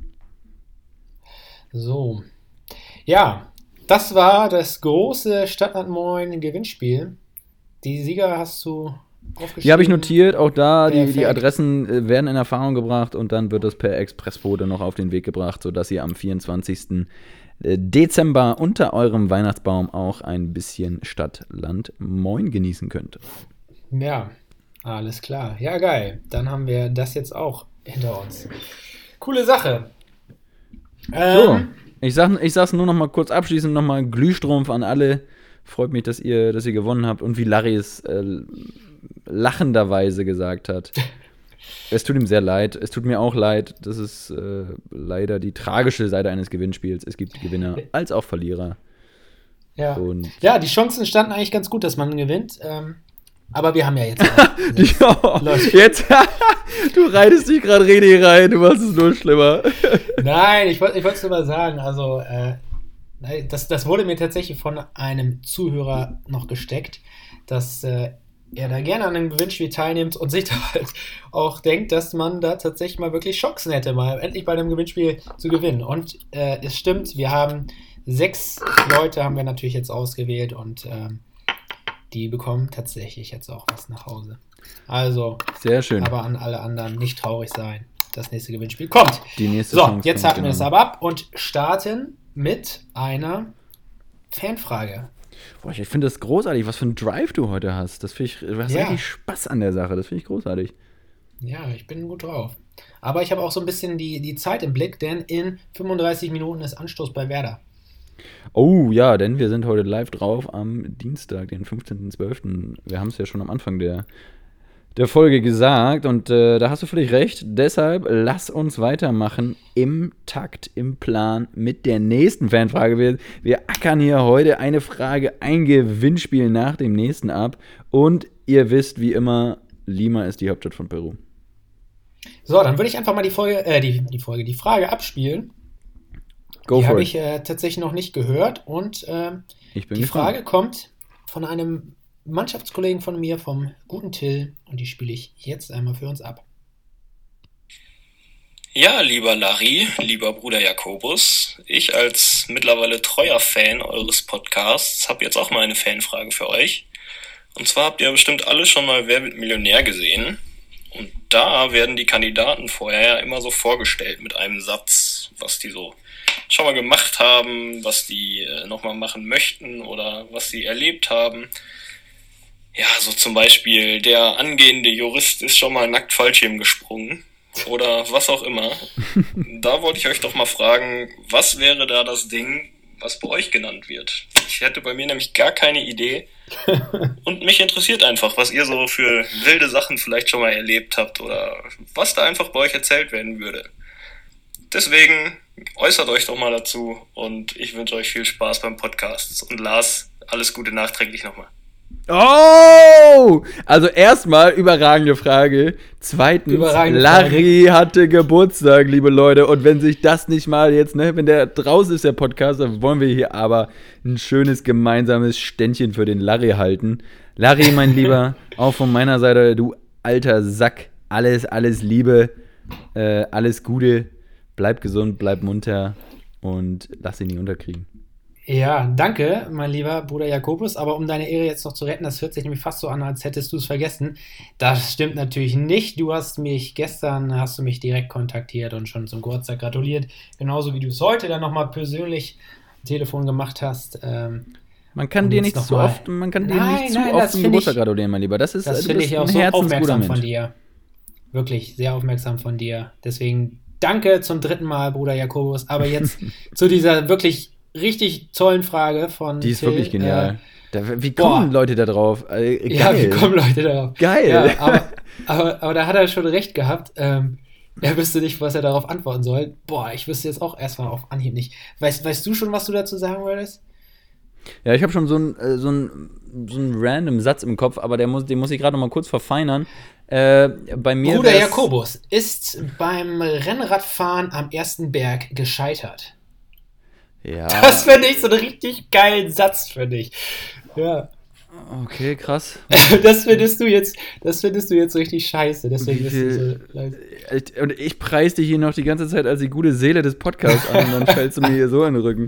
So. Ja, das war das große Stadtland Moin Gewinnspiel. Die Sieger hast du aufgeschrieben. Die habe ich notiert, auch da, die, Perfekt. die Adressen äh, werden in Erfahrung gebracht und dann wird das per Expressbote noch auf den Weg gebracht, sodass ihr am vierundzwanzigsten Dezember unter eurem Weihnachtsbaum auch ein bisschen Stadtland Moin genießen könnt. Ja, alles klar. Ja, geil. Dann haben wir das jetzt auch hinter uns. Coole Sache. So, Ähm, ich, sag, ich sag's nur noch mal kurz abschließend, noch mal Glühstrumpf an alle. Freut mich, dass ihr, dass ihr gewonnen habt und wie Larry es äh, lachenderweise gesagt hat. Es tut ihm sehr leid. Es tut mir auch leid. Das ist äh, leider die tragische Seite eines Gewinnspiels. Es gibt Gewinner als auch Verlierer. ja. Und ja, die Chancen standen eigentlich ganz gut, dass man gewinnt. Ähm, aber wir haben ja jetzt auch. ja, Läuft. jetzt, du reitest dich gerade richtig rein, du machst es nur schlimmer. Nein, ich wollte ich es nur mal sagen. Also, äh, das, das wurde mir tatsächlich von einem Zuhörer noch gesteckt, dass äh, er da gerne an einem Gewinnspiel teilnimmt und sich da halt auch denkt, dass man da tatsächlich mal wirklich Chancen hätte, mal endlich bei einem Gewinnspiel zu gewinnen. Und äh, es stimmt, wir haben sechs Leute haben wir natürlich jetzt ausgewählt und ähm, die bekommen tatsächlich jetzt auch was nach Hause. Also, Sehr schön. aber an alle anderen nicht traurig sein. Das nächste Gewinnspiel kommt. Die nächste So, Chance jetzt kommt, haken wir genau. es aber ab und starten mit einer Fanfrage. Boah, ich finde das großartig, was für ein Drive du heute hast. Das finde ich, du hast Ja. richtig Spaß an der Sache. Das finde ich großartig. Ja, ich bin gut drauf. Aber ich habe auch so ein bisschen die, die Zeit im Blick, denn in fünfunddreißig Minuten ist Anstoß bei Werder. Oh ja, denn wir sind heute live drauf am Dienstag, den fünfzehnten zwölften Wir haben es ja schon am Anfang der, der Folge gesagt und äh, da hast du völlig recht. Deshalb lass uns weitermachen im Takt, im Plan mit der nächsten Fanfrage. Wir, wir ackern hier heute eine Frage, ein Gewinnspiel nach dem nächsten ab und ihr wisst wie immer, Lima ist die Hauptstadt von Peru. So, dann würde ich einfach mal die Folge, äh, die, die Folge, die Frage abspielen. Go die for habe it. ich äh, tatsächlich noch nicht gehört und äh, Ich bin die gespannt. Frage kommt von einem Mannschaftskollegen von mir, vom guten Till, und die spiele ich jetzt einmal für uns ab. Ja, lieber Larry, lieber Bruder Jakobus, ich als mittlerweile treuer Fan eures Podcasts habe jetzt auch mal eine Fanfrage für euch. Und zwar habt ihr bestimmt alle schon mal Wer wird Millionär gesehen? Und da werden die Kandidaten vorher ja immer so vorgestellt mit einem Satz, was die so schon mal gemacht haben, was die äh, nochmal machen möchten oder was sie erlebt haben. Ja, so zum Beispiel, der angehende Jurist ist schon mal nackt Fallschirm gesprungen oder was auch immer. Da wollte ich euch doch mal fragen, was wäre da das Ding, was bei euch genannt wird? Ich hätte bei mir nämlich gar keine Idee und mich interessiert einfach, was ihr so für wilde Sachen vielleicht schon mal erlebt habt oder was da einfach bei euch erzählt werden würde. Deswegen äußert euch doch mal dazu und ich wünsche euch viel Spaß beim Podcast. Und Lars, alles Gute nachträglich nochmal. Oh! Also erstmal überragende Frage. Zweitens, Überragende Larry hatte Geburtstag, liebe Leute. Und wenn sich das nicht mal jetzt, ne, wenn der draußen ist, der Podcast, dann wollen wir hier aber ein schönes gemeinsames Ständchen für den Larry halten. Larry, mein Lieber, auch von meiner Seite, du alter Sack. Alles, alles Liebe, äh, alles Gute. Bleib gesund, bleib munter und lass ihn nie unterkriegen. Ja, danke, mein lieber Bruder Jakobus, aber um deine Ehre jetzt noch zu retten, das hört sich nämlich fast so an, als hättest du es vergessen. Das stimmt natürlich nicht. Du hast mich gestern, hast du mich direkt kontaktiert und schon zum Geburtstag gratuliert, genauso wie du es heute dann nochmal persönlich am Telefon gemacht hast. Ähm, Man kann Und dir jetzt nicht noch zu mal- oft, man kann dir Nein, nicht zu nein, oft das zum find Geburtstag ich- gratulieren, mein Lieber. Das ist, Das du finde bist ich auch ein so herzensguter aufmerksam von Mensch. dir. Wirklich sehr aufmerksam von dir. Deswegen danke zum dritten Mal, Bruder Jakobus. Aber jetzt zu dieser wirklich richtig tollen Frage von Die ist Till. wirklich genial. Äh, Da, wie kommen boah. Leute da drauf? Äh, geil. Ja, wie kommen Leute darauf? Geil. Ja, aber, aber, aber da hat er schon recht gehabt. Ähm, er wüsste nicht, was er darauf antworten soll. Boah, ich wüsste jetzt auch erstmal auf Anhieb nicht. Weißt, weißt du schon, was du dazu sagen würdest? Ja, ich habe schon so einen äh, so ein, so ein random Satz im Kopf, aber der muss, den muss ich gerade noch mal kurz verfeinern. Äh, bei mir Bruder wär's- Jakobus ist beim Rennradfahren am ersten Berg gescheitert. Ja, Das finde ich so einen richtig geilen Satz für dich. Ja. okay, krass. Das findest du jetzt, das findest du jetzt so richtig scheiße. Deswegen Wie bist du viel- so leise. Ich, und ich preis dich hier noch die ganze Zeit als die gute Seele des Podcasts an und dann fällst du mir hier so in den Rücken.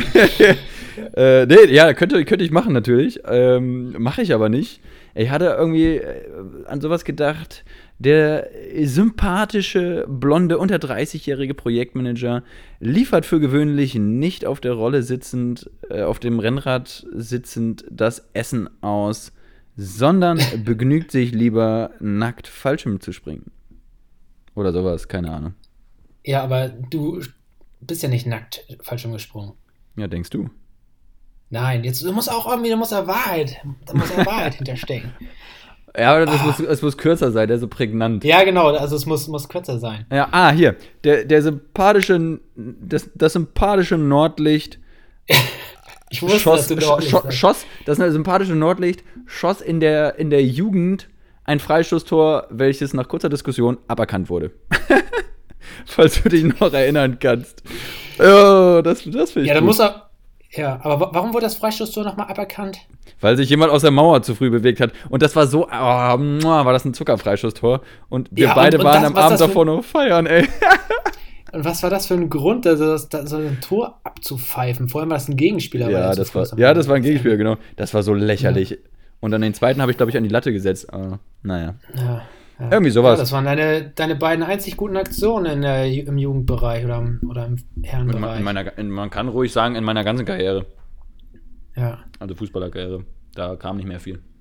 äh, nee, ja, könnte, könnte ich machen natürlich. Ähm, Mache ich aber nicht. Ich hatte irgendwie äh, an sowas gedacht, der sympathische, blonde, unter dreißig-jährige Projektmanager liefert für gewöhnlich nicht auf der Rolle sitzend, äh, auf dem Rennrad sitzend das Essen aus, sondern begnügt sich lieber nackt Fallschirm zu springen. Oder sowas, keine Ahnung. Ja, aber du bist ja nicht nackt Fallschirm gesprungen. Ja, denkst du? Nein, jetzt du musst auch irgendwie, da muss ja Wahrheit, da muss ja Wahrheit hinterstecken. Ja, aber das muss, es muss kürzer sein, der ist so prägnant. Ja, genau, also es muss, muss kürzer sein. Ja, ah, hier. Der, der sympathische, das, das sympathische Nordlicht Ich wusste, schoss, dass du sch, dort nicht sch, sagst. schoss, das sympathische Nordlicht schoss in der, in der Jugend ein Freistoßtor, welches nach kurzer Diskussion aberkannt wurde. Falls du dich noch erinnern kannst. Ja, das, das finde ich Ja, dann gut. muss er. Ja, aber wa- warum wurde das Freistoßtor nochmal aberkannt? Weil sich jemand aus der Mauer zu früh bewegt hat. Und das war so, oh, mua, war das ein Zuckerfreistoßtor. Und wir Ja, und- beide und waren das- am was Abend das für- davor noch feiern, ey. Und was war das für ein Grund, also das, das, so ein Tor abzupfeifen? Vor allem war das ein Gegenspieler. weil Ja, er zu das war, Fuß am ja, das war ein Ball Gegenspieler, genau. Das war so lächerlich. Und an den zweiten habe ich, glaube ich, an die Latte gesetzt. Aber, naja. Ja, ja. Irgendwie sowas. Ja, das waren deine, deine beiden einzig guten Aktionen in der, Ju- im Jugendbereich oder im, oder im In, Herrenbereich. in meiner, in, man kann ruhig sagen, in meiner ganzen Karriere. ja. Also Fußballerkarriere. Da kam nicht mehr viel.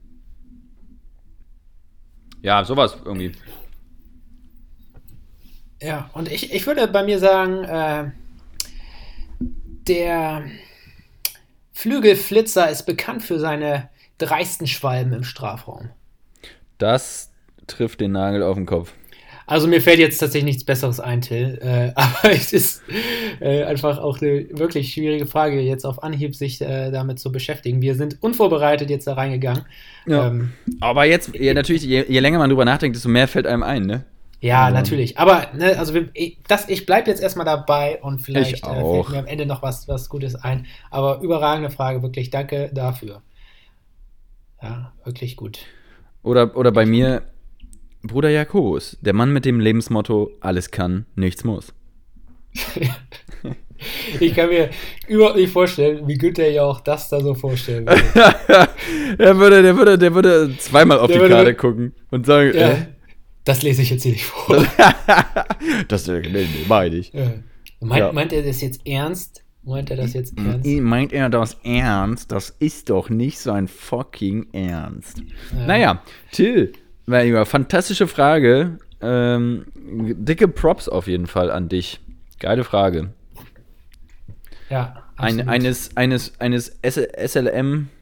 Ja, sowas irgendwie. Ja, und ich, ich würde bei mir sagen, äh, der Flügelflitzer ist bekannt für seine dreisten Schwalben im Strafraum. Das trifft den Nagel auf den Kopf. Also mir fällt jetzt tatsächlich nichts Besseres ein, Till. Äh, aber es ist äh, einfach auch eine wirklich schwierige Frage, jetzt auf Anhieb sich äh, damit zu beschäftigen. Wir sind unvorbereitet jetzt da reingegangen. Ja. Ähm, Aber jetzt, ja, natürlich, je, je länger man drüber nachdenkt, desto mehr fällt einem ein, ne? ja, Ähm. natürlich. Aber ne, also wir- ich, das, ich bleibe jetzt erstmal dabei und Ich vielleicht äh, auch. fällt mir am Ende noch was, was Gutes ein. Aber überragende Frage, wirklich. Danke dafür. Ja, wirklich gut. Oder, oder bei mir, Bruder Jakobus, der Mann mit dem Lebensmotto, alles kann, nichts muss. Ich kann mir überhaupt nicht vorstellen, wie Günther ja auch das da so vorstellen würde. der, würde, der, würde, der würde zweimal auf Der die würde- Karte gucken und sagen, Ja, äh, das lese ich jetzt hier nicht vor. das äh, nee, nee, meine ich. Ja. Meint, Ja. meint er das jetzt ernst? Meint er das jetzt ernst? Meint er das ernst? Das ist doch nicht sein fucking Ernst. Ja. Naja, Till, mein Lieber, fantastische Frage. Ähm, dicke Props auf jeden Fall an dich. Geile Frage. Ja, Ein, absolut. eines eines, eines S L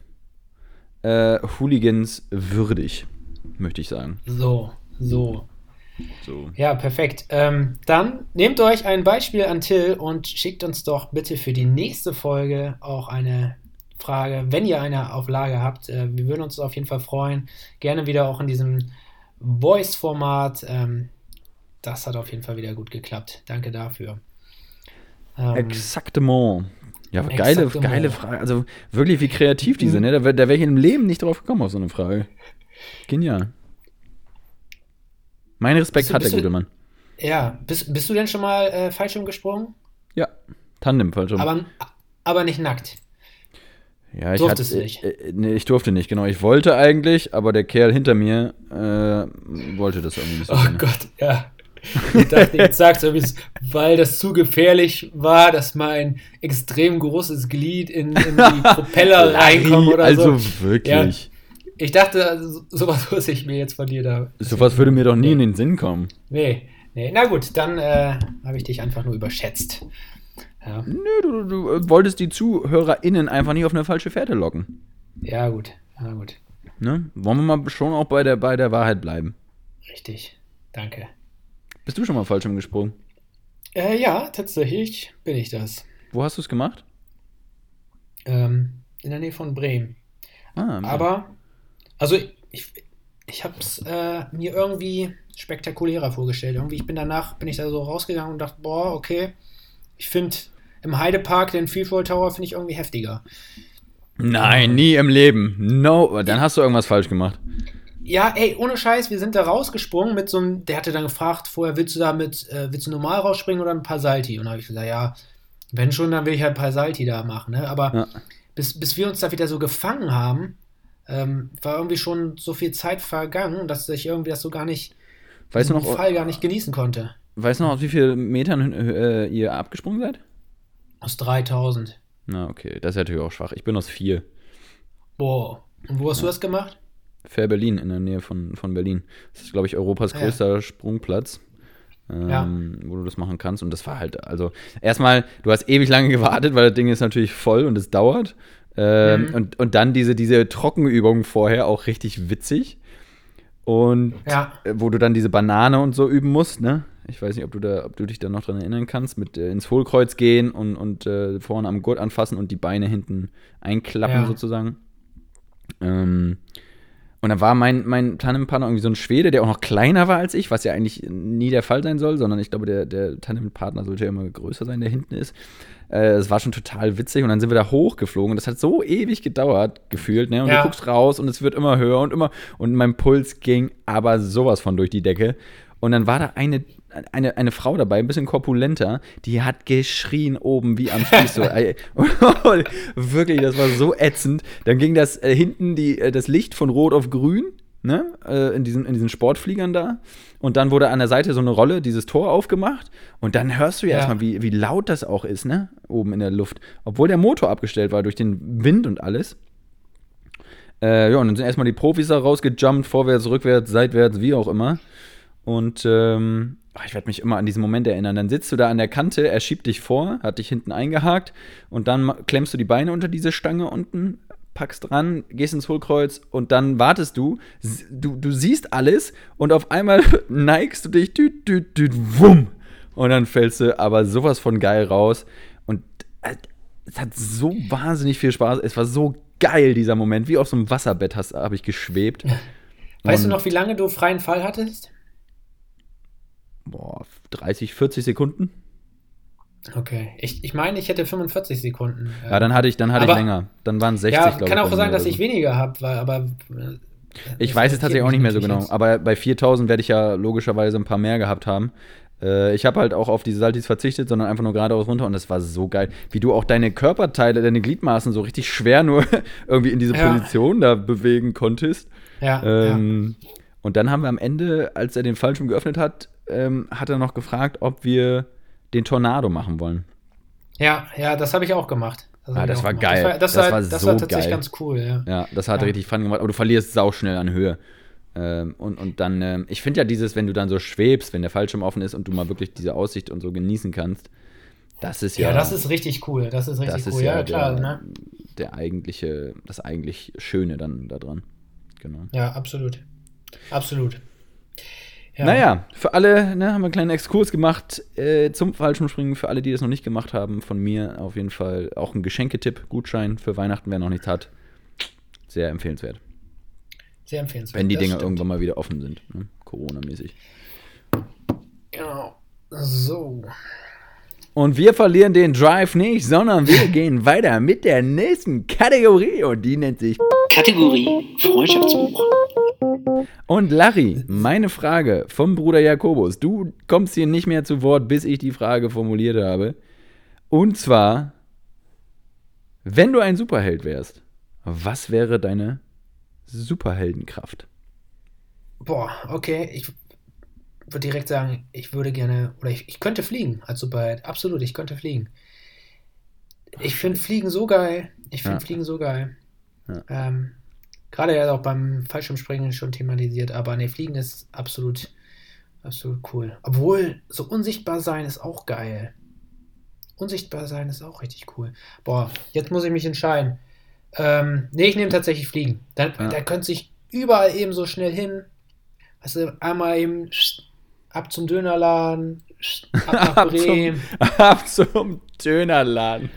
M-Hooligans würdig, möchte ich sagen. So, so. So. Ja, perfekt. Ähm, dann nehmt euch ein Beispiel an Till und schickt uns doch bitte für die nächste Folge auch eine Frage, wenn ihr eine auf Lager habt. Äh, wir würden uns auf jeden Fall freuen. Gerne wieder auch in diesem Voice-Format. Ähm, das hat auf jeden Fall wieder gut geklappt. Danke dafür. Ähm, Exaktement. Ja, geile, Exaktement. geile Frage. Also wirklich, wie kreativ die sind. Ne? Da, wär- da wäre ich im Leben nicht drauf gekommen auf so eine Frage. Genial. Mein Respekt Bist du- hat der bist du- gute Mann. ja, bist, bist du denn schon mal äh, Fallschirm gesprungen? Ja, Tandem, falsch rum. Aber, aber nicht nackt. Ja, ich durftest hatte, du nicht? Äh, nee, ich durfte nicht, genau. Ich wollte eigentlich, aber der Kerl hinter mir äh, wollte das irgendwie nicht so Oh gerne. Gott, ja. Ich dachte, jetzt sagst du, weil das zu gefährlich war, dass mein extrem großes Glied in, in die Propeller reinkommt oder also so. wirklich. Ich dachte, also, sowas muss ich mir jetzt von dir da. Sowas würde mir doch nie in den Sinn kommen. Nee, nee. Na gut, dann äh, habe ich dich einfach nur überschätzt. Ja, Nö, du, du, du wolltest die ZuhörerInnen einfach nicht auf eine falsche Fährte locken. ja gut, ja gut. Ne? Wollen wir mal schon auch bei der, bei der Wahrheit bleiben? Richtig. Danke. Bist du schon mal Fallschirm gesprungen? Äh, ja, tatsächlich bin ich das. Wo hast du es gemacht? Ähm, in der Nähe von Bremen. Ah, Aber, also ich, ich habe es äh, mir irgendwie spektakulärer vorgestellt. Irgendwie, ich bin danach, bin ich da so rausgegangen und dachte, boah, okay, ich finde im Heidepark den Freefall Tower finde ich irgendwie heftiger. Nein, nie im Leben. No, dann hast du irgendwas falsch gemacht. Ja, ey, ohne Scheiß, wir sind da rausgesprungen mit so einem, der hatte dann gefragt, vorher, willst du da mit, äh, willst du normal rausspringen oder ein paar Salti? Und dann habe ich gesagt, ja, wenn schon, dann will ich halt ein paar Salti da machen, ne? Aber Ja. bis, bis wir uns da wieder so gefangen haben, ähm, war irgendwie schon so viel Zeit vergangen, dass ich irgendwie das so gar nicht, Weißt du diesen noch, Fall gar nicht genießen konnte. weißt du noch, aus wie vielen Metern äh, ihr abgesprungen seid? Aus dreitausend. Na, okay, das ist natürlich auch schwach. Ich bin aus vier. Boah. Und wo hast du das gemacht? Fair Berlin, in der Nähe von, von Berlin. Das ist, glaube ich, Europas Ah, ja. größter Sprungplatz, ähm, Ja. wo du das machen kannst. Und das war halt, also, erstmal, du hast ewig lange gewartet, weil das Ding ist natürlich voll und es dauert. Ähm, Mhm. und, und dann diese, diese Trockenübungen vorher auch richtig witzig. Und Ja. äh, wo du dann diese Banane und so üben musst, ne? Ich weiß nicht, ob du da, ob du dich da noch dran erinnern kannst, mit äh, ins Hohlkreuz gehen und, und äh, vorne am Gurt anfassen und die Beine hinten einklappen Ja. sozusagen. Ähm, und dann war mein, mein Tandempartner irgendwie so ein Schwede, der auch noch kleiner war als ich, was ja eigentlich nie der Fall sein soll, sondern ich glaube, der, der Tandempartner sollte ja immer größer sein, der hinten ist. Äh, Es war schon total witzig und dann sind wir da hochgeflogen und das hat so ewig gedauert, gefühlt, ne? Und Ja. du guckst raus und es wird immer höher und immer und mein Puls ging aber sowas von durch die Decke. Und dann war da eine, eine, eine Frau dabei, ein bisschen korpulenter, die hat geschrien oben wie am Spieß. So. Ey, wirklich, das war so ätzend. Dann ging das äh, hinten die, äh, das Licht von Rot auf Grün, ne? Äh, in, diesen, in diesen Sportfliegern da. Und dann wurde an der Seite so eine Rolle, dieses Tor aufgemacht. Und dann hörst du ja, Ja. erstmal, wie, wie laut das auch ist, ne? Oben in der Luft. Obwohl der Motor abgestellt war durch den Wind und alles. Äh, ja, und dann sind erstmal die Profis da rausgejumpt, vorwärts, rückwärts, seitwärts, wie auch immer. Und ähm, ach, ich werde mich immer an diesen Moment erinnern. Dann sitzt du da an der Kante, er schiebt dich vor, hat dich hinten eingehakt und dann ma- klemmst du die Beine unter diese Stange unten, packst dran, gehst ins Hohlkreuz und dann wartest du. Du, du siehst alles und auf einmal neigst du dich, düt, düt, düt, wumm. Und dann fällst du aber sowas von geil raus. Und äh, es hat so wahnsinnig viel Spaß. Es war so geil, dieser Moment. Wie auf so einem Wasserbett habe ich geschwebt. Weißt und, du noch, wie lange du freien Fall hattest? Boah, dreißig, vierzig Sekunden. Okay, ich, ich meine, ich hätte fünfundvierzig Sekunden. Äh, ja, dann hatte ich, dann hatte aber, ich länger. Dann waren es sechzig, ja, glaube ich. kann auch sein, dass ich so. weniger habe, aber. Äh, ich weiß es tatsächlich auch nicht mehr so genau. Jetzt. Aber bei viertausend werde ich ja logischerweise ein paar mehr gehabt haben. Äh, ich habe halt auch auf diese Saltis verzichtet, sondern einfach nur geradeaus runter und das war so geil. Wie du auch deine Körperteile, deine Gliedmaßen so richtig schwer nur irgendwie in diese ja. Position da bewegen konntest. Ja, ähm, ja. Und dann haben wir am Ende, als er den Fallschirm geöffnet hat, ähm, hat er noch gefragt, ob wir den Tornado machen wollen. Ja, ja, das habe ich auch gemacht. Das, ah, das war gemacht. geil. Das war, das das war, war das so war tatsächlich geil. ganz cool, ja. Ja, das hat ja. richtig Fun gemacht. Aber du verlierst sauschnell an Höhe. Ähm, und, und dann, ähm, ich finde ja dieses, wenn du dann so schwebst, wenn der Fallschirm offen ist und du mal wirklich diese Aussicht und so genießen kannst, das ist ja. Ja, das ist richtig cool. Das ist richtig das cool, ist ja, ja, klar. Der, ne? der eigentliche, das eigentlich Schöne dann da dran. Genau. Ja, absolut. Absolut. Ja. Naja, für alle, ne, haben wir einen kleinen Exkurs gemacht äh, zum Fallschirmspringen. Für alle, die das noch nicht gemacht haben, von mir auf jeden Fall auch ein Geschenketipp, Gutschein für Weihnachten, wer noch nichts hat. Sehr empfehlenswert. Sehr empfehlenswert. Wenn die das Dinger stimmt. irgendwann mal wieder offen sind, ne? Corona-mäßig. Genau. So. Und wir verlieren den Drive nicht, sondern wir gehen weiter mit der nächsten Kategorie und die nennt sich Kategorie Freundschaftsbuch. Und Larry, meine Frage vom Bruder Jakobus. Du kommst hier nicht mehr zu Wort, bis ich die Frage formuliert habe. Und zwar, wenn du ein Superheld wärst, was wäre deine Superheldenkraft? Boah, okay. Ich würde direkt sagen, ich würde gerne, oder ich, ich könnte fliegen als Superheld. Absolut, ich könnte fliegen. Ich finde Fliegen so geil. Ich finde Ja. Fliegen so geil. Ja. Ähm, Gerade ja auch beim Fallschirmspringen schon thematisiert, aber ne, Fliegen ist absolut, absolut cool. Obwohl, so unsichtbar sein ist auch geil. Unsichtbar sein ist auch richtig cool. Boah, jetzt muss ich mich entscheiden. Ähm, ne, ich nehme tatsächlich Fliegen. Da, Ja. da könnte sich überall eben so schnell hin. Weißt du, einmal eben ab zum Dönerladen, ab nach Ab Bremen. zum, ab zum Dönerladen.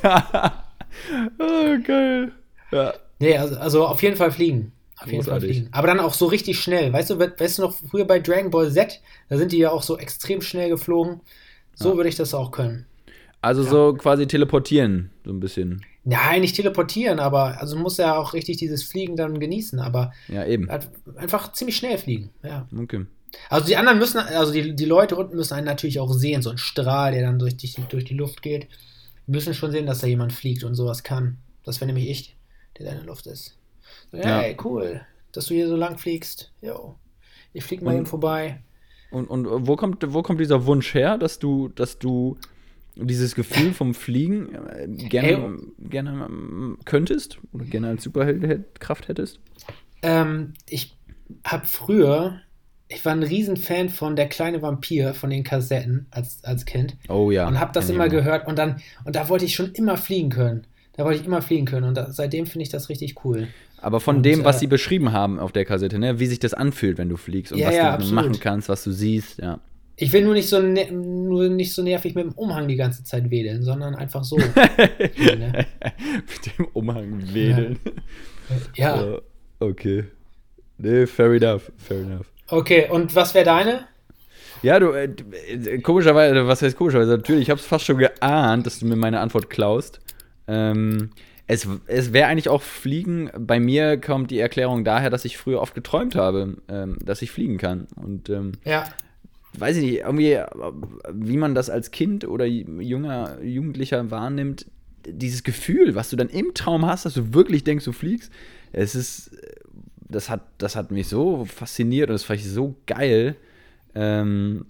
Oh, geil. Ja. Nee, also, also auf jeden Fall fliegen. Auf jeden Großartig. Fall fliegen. Aber dann auch so richtig schnell. Weißt du, we- weißt du noch, früher bei Dragon Ball Z, da sind die ja auch so extrem schnell geflogen. So Ja. würde ich das auch können. Also Ja. so quasi teleportieren, so ein bisschen. Nein, nicht teleportieren, aber also muss ja auch richtig dieses Fliegen dann genießen, aber Ja, eben. halt einfach ziemlich schnell fliegen. Ja. Okay. Also die anderen müssen, also die, die Leute unten müssen einen natürlich auch sehen, so ein Strahl, der dann durch die, durch die Luft geht. Die müssen schon sehen, dass da jemand fliegt und sowas kann. Das wäre nämlich ich, der da in der Luft ist. So, hey, Ja. cool, dass du hier so lang fliegst. Jo, ich flieg mal Und- eben vorbei. Und, und wo kommt, wo kommt dieser Wunsch her, dass du, dass du dieses Gefühl vom Fliegen äh, gerne, Ey. gerne ähm, könntest oder gerne als Superheldkraft hättest? Ähm, ich habe früher, ich war ein Riesenfan von Der kleine Vampir, von den Kassetten als, als Kind. Oh ja. Und habe das kenn ich immer auch. gehört und dann, und da wollte ich schon immer fliegen können. Da wollte ich immer fliegen können und da, seitdem finde ich das richtig cool. Aber von Und, dem, was äh, sie beschrieben haben auf der Kassette, ne? Wie sich das anfühlt, wenn du fliegst und Ja, was ja, du absolut. machen kannst, was du siehst, ja. Ich will nur nicht so ne nur nicht so nervig mit dem Umhang die ganze Zeit wedeln, sondern einfach so. ne? Mit dem Umhang wedeln. Ja, Äh, okay. Nee, fair enough, fair enough. okay. Und was wäre deine? Ja, du, äh, äh, komischerweise, was heißt komischerweise? Natürlich, ich habe es fast schon geahnt, dass du mir meine Antwort klaust. Ähm, es es wäre eigentlich auch Fliegen. Bei mir kommt die Erklärung daher, dass ich früher oft geträumt habe, ähm, dass ich fliegen kann. Und ähm, Ja, weiß ich nicht, irgendwie, äh, wie man das als Kind oder junger Jugendlicher wahrnimmt, dieses Gefühl, was du dann im Traum hast, dass du wirklich denkst, du fliegst, es ist, das hat, das hat mich so fasziniert und das fand ich so geil. Ähm,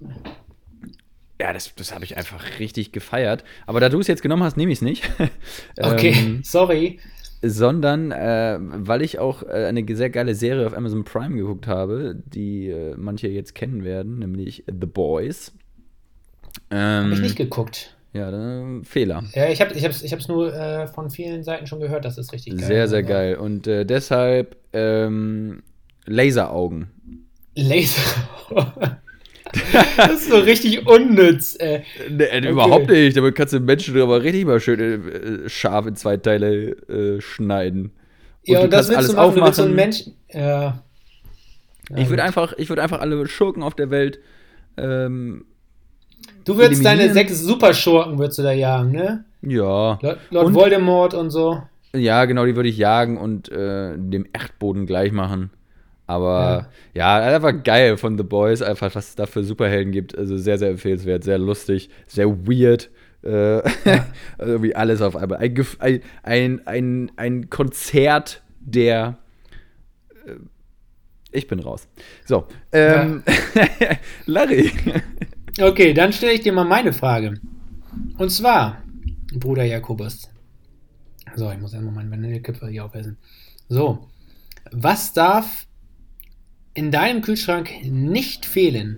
ja, das, das habe ich einfach richtig gefeiert. Aber da du es jetzt genommen hast, nehme ich es nicht. okay. ähm, Sorry. sondern äh, weil ich auch äh, eine sehr geile Serie auf Amazon Prime geguckt habe, die äh, manche jetzt kennen werden, nämlich The Boys. Ähm, Hab ich nicht geguckt. Ja, dann, Fehler. Ja, ich habe es ich hab's, ich hab's nur äh, von vielen Seiten schon gehört, das ist richtig geil. Sehr, sehr Aber geil. Und äh, deshalb ähm, Laseraugen. Laser. Das ist so richtig unnütz. Äh. Nee, Okay. Überhaupt nicht. Damit kannst du Menschen aber richtig mal schön äh, scharf in zwei Teile äh, schneiden. Und Ja, du und das kannst willst alles du machen, du willst so aufmachen. einen Mensch. Ja. Ja, Ich würde gut. einfach, ich würd einfach alle Schurken auf der Welt ähm, Du würdest deine eliminieren. sechs Superschurken würdest du da jagen, ne? Ja. Lord, Lord Und- Voldemort und so. Ja, genau, die würde ich jagen und äh, dem Erdboden gleich machen. Aber ja. einfach geil von The Boys, einfach was es da für Superhelden gibt. Also sehr, sehr empfehlenswert, sehr lustig, sehr weird. Äh, also wie alles auf einmal. Ein, Gef- ein, ein, ein, ein Konzert der. Äh, ich bin raus. So. Ähm, Larry. Okay, dann stelle ich dir mal meine Frage. Und zwar, Bruder Jakobus. So, ich muss erstmal meinen Vanillekipferl hier aufessen. So, was darf in deinem Kühlschrank nicht fehlen?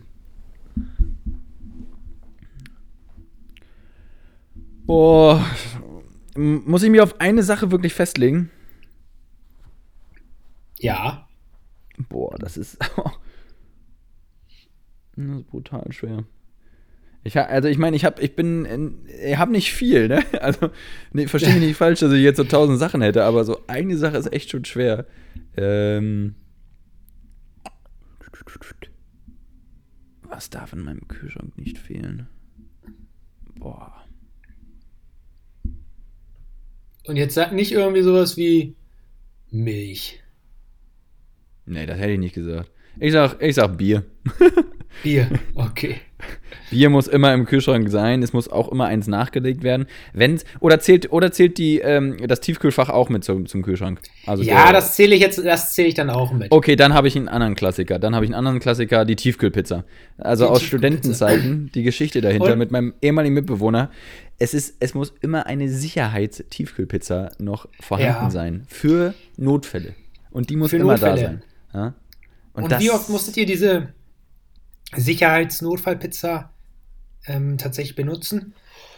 Boah. M- Muss ich mich auf eine Sache wirklich festlegen? Ja. Boah, das ist. Das ist brutal schwer. Ich ha, also ich meine, ich habe, ich bin, in- ich habe nicht viel, ne? Also, nee, verstehe mich nicht falsch, dass ich jetzt so tausend Sachen hätte, aber so eine Sache ist echt schon schwer. Ähm, was darf in meinem Kühlschrank nicht fehlen? Boah. Und jetzt sag nicht irgendwie sowas wie Milch. Nee, das hätte ich nicht gesagt. Ich sag, ich sag Bier. Bier. Okay. Bier muss immer im Kühlschrank sein. Es muss auch immer eins nachgelegt werden. Wenn's, oder zählt, oder zählt die, ähm, das Tiefkühlfach auch mit zum, zum Kühlschrank? Also Ja, der- das zähle ich jetzt, das zähle ich dann auch mit. Okay, dann habe ich einen anderen Klassiker. Dann habe ich einen anderen Klassiker, die Tiefkühlpizza. Also Die aus Tiefkühlpizza. Studentenzeiten, die Geschichte dahinter Und? mit meinem ehemaligen Mitbewohner. Es, ist, es muss immer eine Sicherheits-Tiefkühlpizza noch vorhanden Ja. sein. Für Notfälle. Und die muss Für immer da Notfälle. sein. Ja? Und, das- wie oft musstet ihr diese Sicherheitsnotfallpizza ähm, tatsächlich benutzen?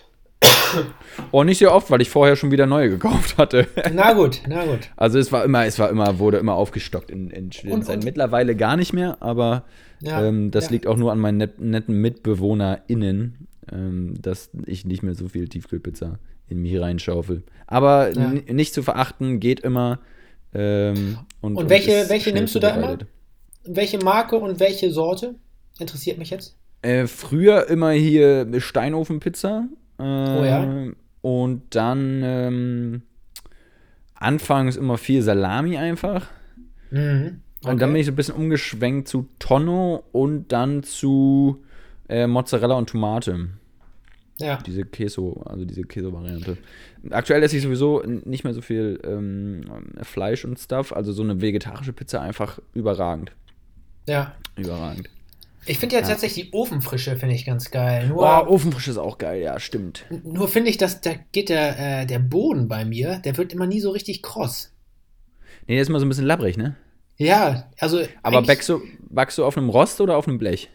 Oh, nicht sehr oft, weil ich vorher schon wieder neue gekauft hatte. Na gut, na gut. Also es war immer, es war immer, wurde immer aufgestockt in, in Studentenzeiten. und- Mittlerweile gar nicht mehr, aber Ja, ähm, das ja. liegt auch nur an meinen net, netten MitbewohnerInnen, ähm, dass ich nicht mehr so viel Tiefkühlpizza in mich reinschaufel. Aber Ja. n- nicht zu verachten, geht immer. Ähm, und, Und welche- ist welche schnell nimmst du da zubereitet. Welche Marke und welche Sorte? Interessiert mich jetzt. Äh, früher immer hier Steinofenpizza. Äh, Oh ja. Und dann ähm, anfangs immer viel Salami einfach. Mhm. Und dann bin ich so ein bisschen umgeschwenkt zu Tonno und dann zu äh, Mozzarella und Tomate. Ja. Diese Queso, also diese Queso-Variante. Aktuell esse ich sowieso nicht mehr so viel ähm, Fleisch und Stuff, also so eine vegetarische Pizza einfach überragend. Ja. Überragend. Ich finde ja, Ja. tatsächlich die Ofenfrische finde ich ganz geil. Nur, Boah, Ofenfrisch ist auch geil, ja, stimmt. nur finde ich, dass da geht der, äh, der Boden bei mir, der wird immer nie so richtig kross. Nee, der ist immer so ein bisschen labbrig, ne? Ja, also Aber eigentlich backst du, backst du auf einem Rost oder auf einem Blech?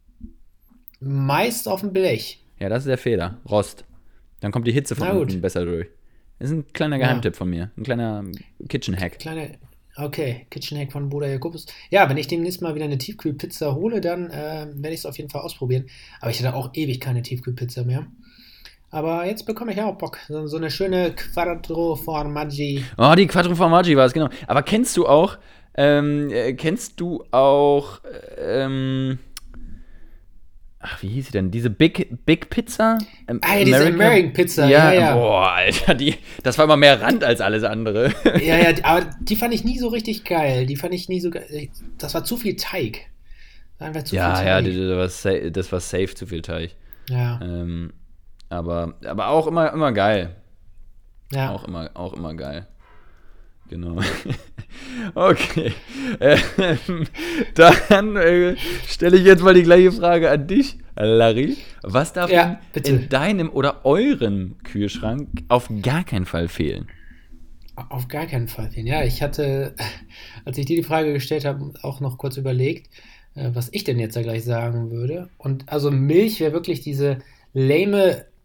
meist auf dem Blech. Ja, das ist der Fehler. Rost. Dann kommt die Hitze von Na gut. unten besser durch. Das ist ein kleiner Ja. Geheimtipp von mir. Ein kleiner Kitchen-Hack. Kleine, okay, Kitchen Hack von Bruder Jakobus. Ja, wenn ich demnächst mal wieder eine Tiefkühlpizza hole, dann äh, werde ich es auf jeden Fall ausprobieren. Aber ich hatte auch ewig keine Tiefkühlpizza mehr. Aber jetzt bekomme ich auch Bock. So, so eine schöne Quattro Formaggi. Oh, die Quattro Formaggi war es, genau. Aber kennst du auch, ähm, äh, kennst du auch, ähm, ach, wie hieß sie denn? Diese Big, Big Pizza? Ähm, Ah ja, diese American Pizza, Ja, ja, ja. boah, Alter, die, das war immer mehr Rand als alles andere. Ja, ja, die- aber die fand ich nie so richtig geil. Die fand ich nie so geil. Das war zu viel Teig. Einfach zu ja, viel ja, Teig. die, das, war safe, das war safe zu viel Teig. Ja, Ähm, aber, aber auch immer, immer geil. ja. Auch immer, auch immer geil. Genau. Okay. Ähm, dann äh, stelle ich jetzt mal die gleiche Frage an dich, Larry. Was darf Ja, denn bitte. in deinem oder eurem Kühlschrank auf gar keinen Fall fehlen? Auf gar keinen Fall. Ja, ich hatte, als ich dir die Frage gestellt habe, auch noch kurz überlegt, äh, was ich denn jetzt da gleich sagen würde. Und also Milch wäre wirklich diese lame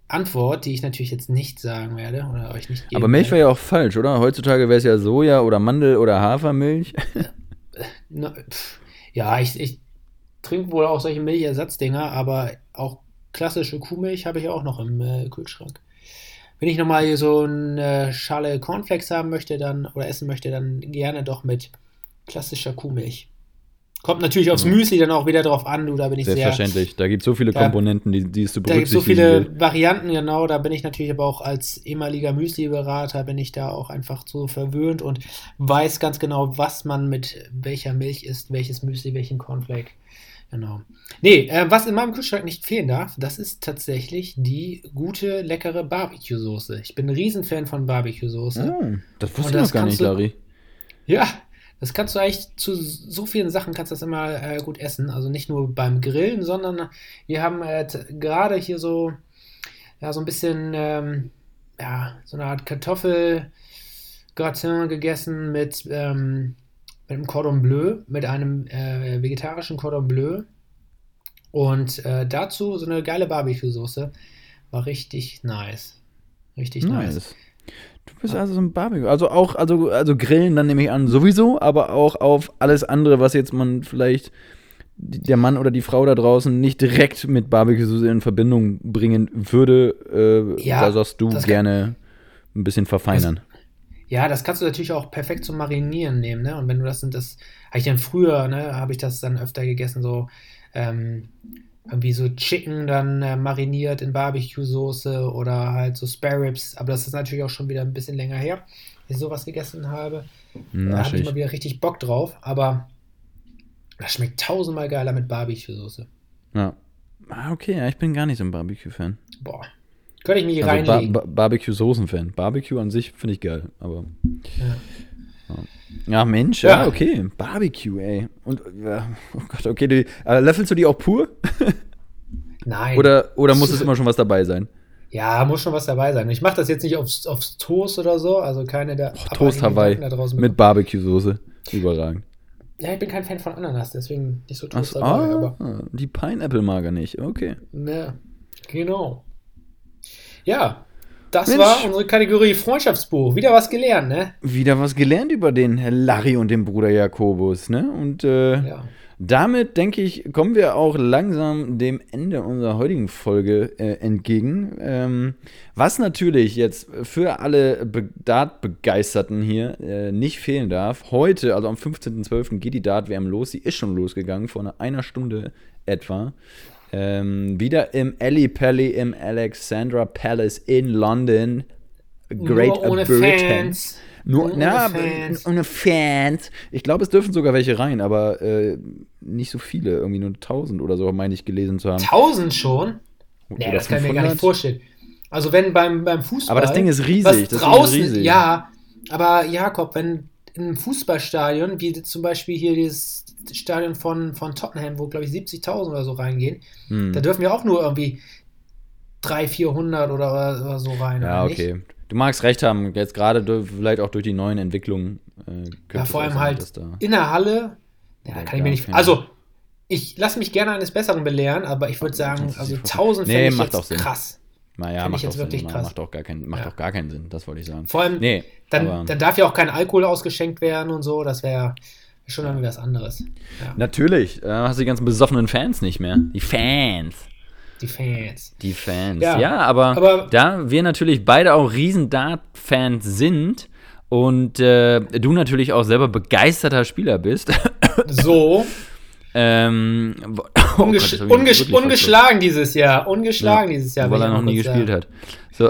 Antwort, die ich natürlich jetzt nicht sagen werde oder euch nicht geben Aber Milch wäre werde. ja auch falsch, oder? Heutzutage wäre es ja Soja oder Mandel- oder Hafermilch. Na, pff, ja, ich, ich trinke wohl auch solche Milchersatzddinger, aber auch klassische Kuhmilch habe ich auch noch im äh, Kühlschrank. Wenn ich nochmal hier so eine Schale Cornflakes haben möchte, dann oder essen möchte, dann gerne doch mit klassischer Kuhmilch. Kommt natürlich aufs Müsli dann auch wieder drauf an, du, da bin ich sehr. Selbstverständlich. Da gibt es so viele Da- Komponenten, die, die es zu Da gibt es so berücksichtigen viele gilt. Varianten, genau, da bin ich natürlich aber auch als ehemaliger Müsli-Berater, bin ich da auch einfach so verwöhnt und weiß ganz genau, was man mit welcher Milch isst, welches Müsli, welchen Cornflake. Genau. Nee, äh, was in meinem Kühlschrank nicht fehlen darf, das ist tatsächlich die gute, leckere Barbecue-Soße. Ich bin ein Riesenfan von Barbecue-Soße. Oh, das Und wusste ich das noch gar kannst nicht, du- Larry. Ja, das kannst du eigentlich zu so vielen Sachen kannst du das immer äh, gut essen. Also nicht nur beim Grillen, sondern wir haben äh, t- gerade hier so, ja, so ein bisschen, ähm, ja, so eine Art Kartoffelgratin gegessen mit, ähm, mit einem Cordon Bleu, mit einem äh, vegetarischen Cordon Bleu. Und äh, dazu so eine geile Barbecue-Soße. War richtig nice. Richtig nice. Nice. Du bist also so ein Barbecue. Also auch, also, also Grillen dann nehme ich an, sowieso, aber auch auf alles andere, was jetzt man vielleicht die- der Mann oder die Frau da draußen nicht direkt mit Barbecue-Soße in Verbindung bringen würde, äh, Ja, da sagst du das kann- gerne ein bisschen verfeinern. Ja, das kannst du natürlich auch perfekt zum Marinieren nehmen, ne? Und wenn du das sind, das habe ich dann früher, ne, habe ich das dann öfter gegessen, so ähm, irgendwie so Chicken dann äh, mariniert in Barbecue-Soße oder halt so Spare Ribs. Aber das ist natürlich auch schon wieder ein bisschen länger her, dass ich sowas gegessen habe. Da habe ich Naschig. mal wieder richtig Bock drauf, aber das schmeckt tausendmal geiler mit Barbecue-Soße. Ja. Ah, okay, ja, ich bin gar nicht so ein Barbecue-Fan. Boah, könnte ich mich Also ba reinlegen. ba Barbecue-Soßen-Fan. Barbecue an sich finde ich geil, aber. Ja. Ja, Mensch, ja, Ja. okay. Barbecue, ey. Und, ja, oh Gott, okay, die, äh, löffelst du die auch pur? Nein. Oder, oder muss es immer schon was dabei sein? Ja, muss schon was dabei sein. Ich mache das jetzt nicht aufs, aufs Toast oder so, also keine der Och, Toast Hawaii da draußen mit Barbecue-Soße. Überragend. Ja, ich bin kein Fan von Ananas, deswegen nicht so Ach Toast so, dabei, ah, aber die Pineapple mag er nicht. Okay. ne, genau. Ja, das Mensch. war unsere Kategorie Freundschaftsbuch. Wieder was gelernt, ne? Wieder was gelernt über den Herr Larry und den Bruder Jakobus, ne? Und äh, Ja. damit, denke ich, kommen wir auch langsam dem Ende unserer heutigen Folge äh, entgegen. Ähm, was natürlich jetzt für alle Be Dart-Begeisterten hier äh, nicht fehlen darf. Heute, also am fünfzehnten zwölften geht die Dart-W M los. Sie ist schon losgegangen, vor einer, einer Stunde etwa. Ähm, wieder im Ali Pally im Alexandra Palace in London. Great Nur ohne Britain. Fans. Nur, Nur na, ohne Fans. ohne Fans. Ich glaube, es dürfen sogar welche rein, aber äh, nicht so viele. Irgendwie nur tausend oder so, meine ich gelesen zu haben. Tausend schon? Nee, Oder das kann ich mir gar nicht fünfhundert. vorstellen. Also wenn beim, beim Fußball. Aber das Ding ist riesig, Was das Ding ist draußen, riesig. ja, aber Jakob, wenn in einem Fußballstadion, wie zum Beispiel hier dieses Stadion von, von Tottenham, wo glaube ich siebzigtausend oder so reingehen, Hm. da dürfen ja auch nur irgendwie dreihundert, vierhundert oder, oder so rein. Ja, oder nicht? okay. Du magst recht haben, jetzt gerade durch- vielleicht auch durch die neuen Entwicklungen. Äh, könnte Ja, es vor auch allem sein, halt dass da in der Halle, ja, Ja, kann ich gar mir nicht. keine- Also, ich lasse mich gerne eines Besseren belehren, aber ich würde sagen, kannst du also dir vorstellen. tausend Nee, fände ich macht jetzt auch Sinn. krass. Naja, Find ich macht jetzt auch Sinn. wirklich ma- krass. Macht auch, gar keinen, macht Ja. auch gar keinen Sinn, das wollte ich sagen. Vor allem, Nee, dann, aber- dann darf ja auch kein Alkohol ausgeschenkt werden und so, das wäre schon irgendwie was anderes. Ja, Natürlich, äh, hast du die ganzen besoffenen Fans nicht mehr. Die Fans. die Fans. Die Fans. Ja, Ja, aber, aber- da wir natürlich beide auch riesen Dart-Fans sind und äh, du natürlich auch selber begeisterter Spieler bist, So, ähm, oh Gott, ungesch das hab ich ungesch wirklich ungeschlagen dieses Jahr. Ungeschlagen dieses Jahr. weil will er ich noch mal nie kurz gespielt sagen. hat. So.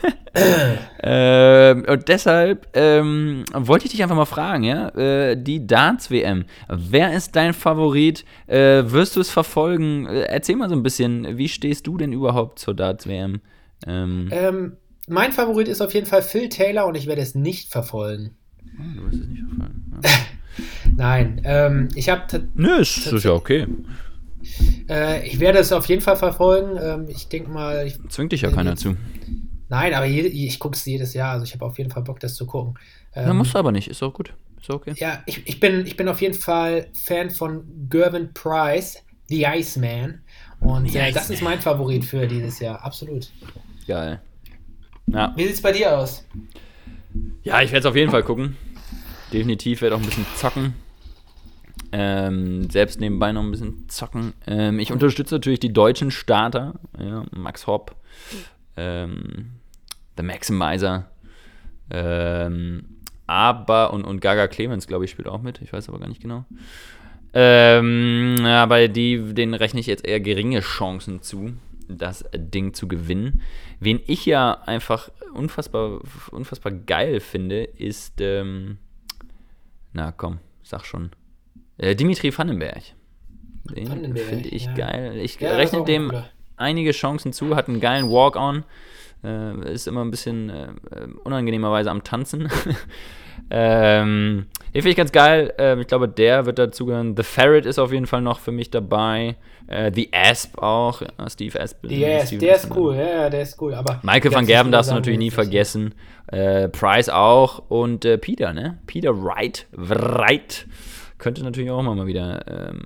ähm, und deshalb ähm, wollte ich dich einfach mal fragen, ja, äh, die Darts-W M, wer ist dein Favorit? Äh, wirst du es verfolgen? Äh, erzähl mal so ein bisschen, wie stehst du denn überhaupt zur Darts-W M? Ähm, Ähm, mein Favorit ist auf jeden Fall Phil Taylor und ich werde es nicht verfolgen. du wirst es nicht verfolgen. Ja. Nein, ähm, ich habe Nö, ist, ist ja okay. äh, ich werde es auf jeden Fall verfolgen. Ähm, ich denke mal, ich, Zwingt dich ja keiner zu. nein, aber jede, ich gucke es jedes Jahr, also ich habe auf jeden Fall Bock, das zu gucken. Ähm, Ja, musst du aber nicht, ist auch gut. Ist okay. Ja, ich, ich, bin, ich bin auf jeden Fall Fan von Gervin Price, The Iceman. Und The äh, das ist mein Favorit für dieses Jahr, absolut. Geil. Ja, Wie sieht's bei dir aus? ja ich werde es auf jeden Fall gucken. Definitiv werde auch ein bisschen zocken. Ähm, selbst nebenbei noch ein bisschen zocken. Ähm, ich unterstütze natürlich die deutschen Starter. Ja, Max Hopp, ähm, The Maximizer, ähm, aber, und, und Gaga Clemens, glaube ich, spielt auch mit. Ich weiß aber gar nicht genau. Ähm, ja, bei die, denen rechne ich jetzt eher geringe Chancen zu, das Ding zu gewinnen. Wen ich ja einfach unfassbar, unfassbar geil finde, ist, ähm, na komm, sag schon, äh, Dimitri Vandenberg. Den Vandenberg, finde ich ja. geil. Ich Ja, das ist rechne auch ein dem cooler. einige Chancen zu, hat einen geilen Walk-On, äh, ist immer ein bisschen äh, unangenehmerweise am Tanzen. ähm, den finde ich ganz geil. Ähm, ich glaube, der wird dazugehören. The Ferret ist auf jeden Fall noch für mich dabei. Äh, The Asp auch. Ja, Steve Asp. Der, Steve ist, der ist Asp, cool, ja, ja, der ist cool. Aber Michael van jetzt Gerben nicht darfst du sagen, natürlich nie jetzt nicht. vergessen. Äh, Price auch. Und äh, Peter, ne? Peter Wright. Wright. Könnte natürlich auch mal wieder ähm,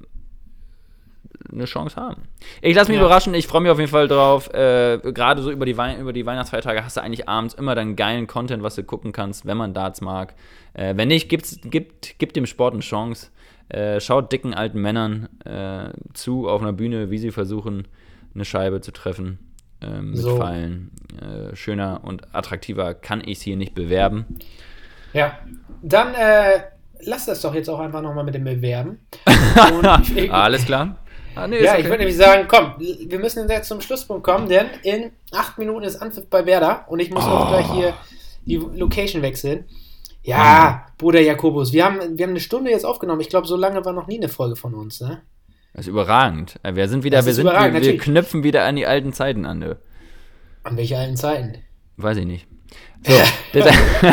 eine Chance haben. Ich lasse mich Ja. überraschen, ich freue mich auf jeden Fall drauf. Äh, Gerade so über die, Wei- über die Weihnachtsfeiertage hast du eigentlich abends immer dann geilen Content, was du gucken kannst, wenn man Darts mag. Äh, wenn nicht, gibt's, gibt, gibt dem Sport eine Chance. Äh, schaut dicken alten Männern äh, zu auf einer Bühne, wie sie versuchen, eine Scheibe zu treffen. Äh, mit So. Pfeilen. Äh, schöner und attraktiver kann ich es hier nicht bewerben. Ja, dann äh, lass das doch jetzt auch einfach nochmal mit dem Bewerben. Und ich, Alles klar? Ah, nee, ja, ist ich okay. würde nämlich sagen, komm, wir müssen jetzt zum Schlusspunkt kommen, denn in acht Minuten ist Anpfiff bei Werder und ich muss Oh. jetzt gleich hier die Location wechseln. Ja, Bruder Jakobus, wir haben, wir haben eine Stunde jetzt aufgenommen. Ich glaube, so lange war noch nie eine Folge von uns, ne? Das ist überragend. Äh, Wir sind wieder, Das wir ist sind, überragend, wir, wir natürlich. knüpfen wieder an die alten Zeiten an, ne? An welche alten Zeiten? Weiß ich nicht. So, das,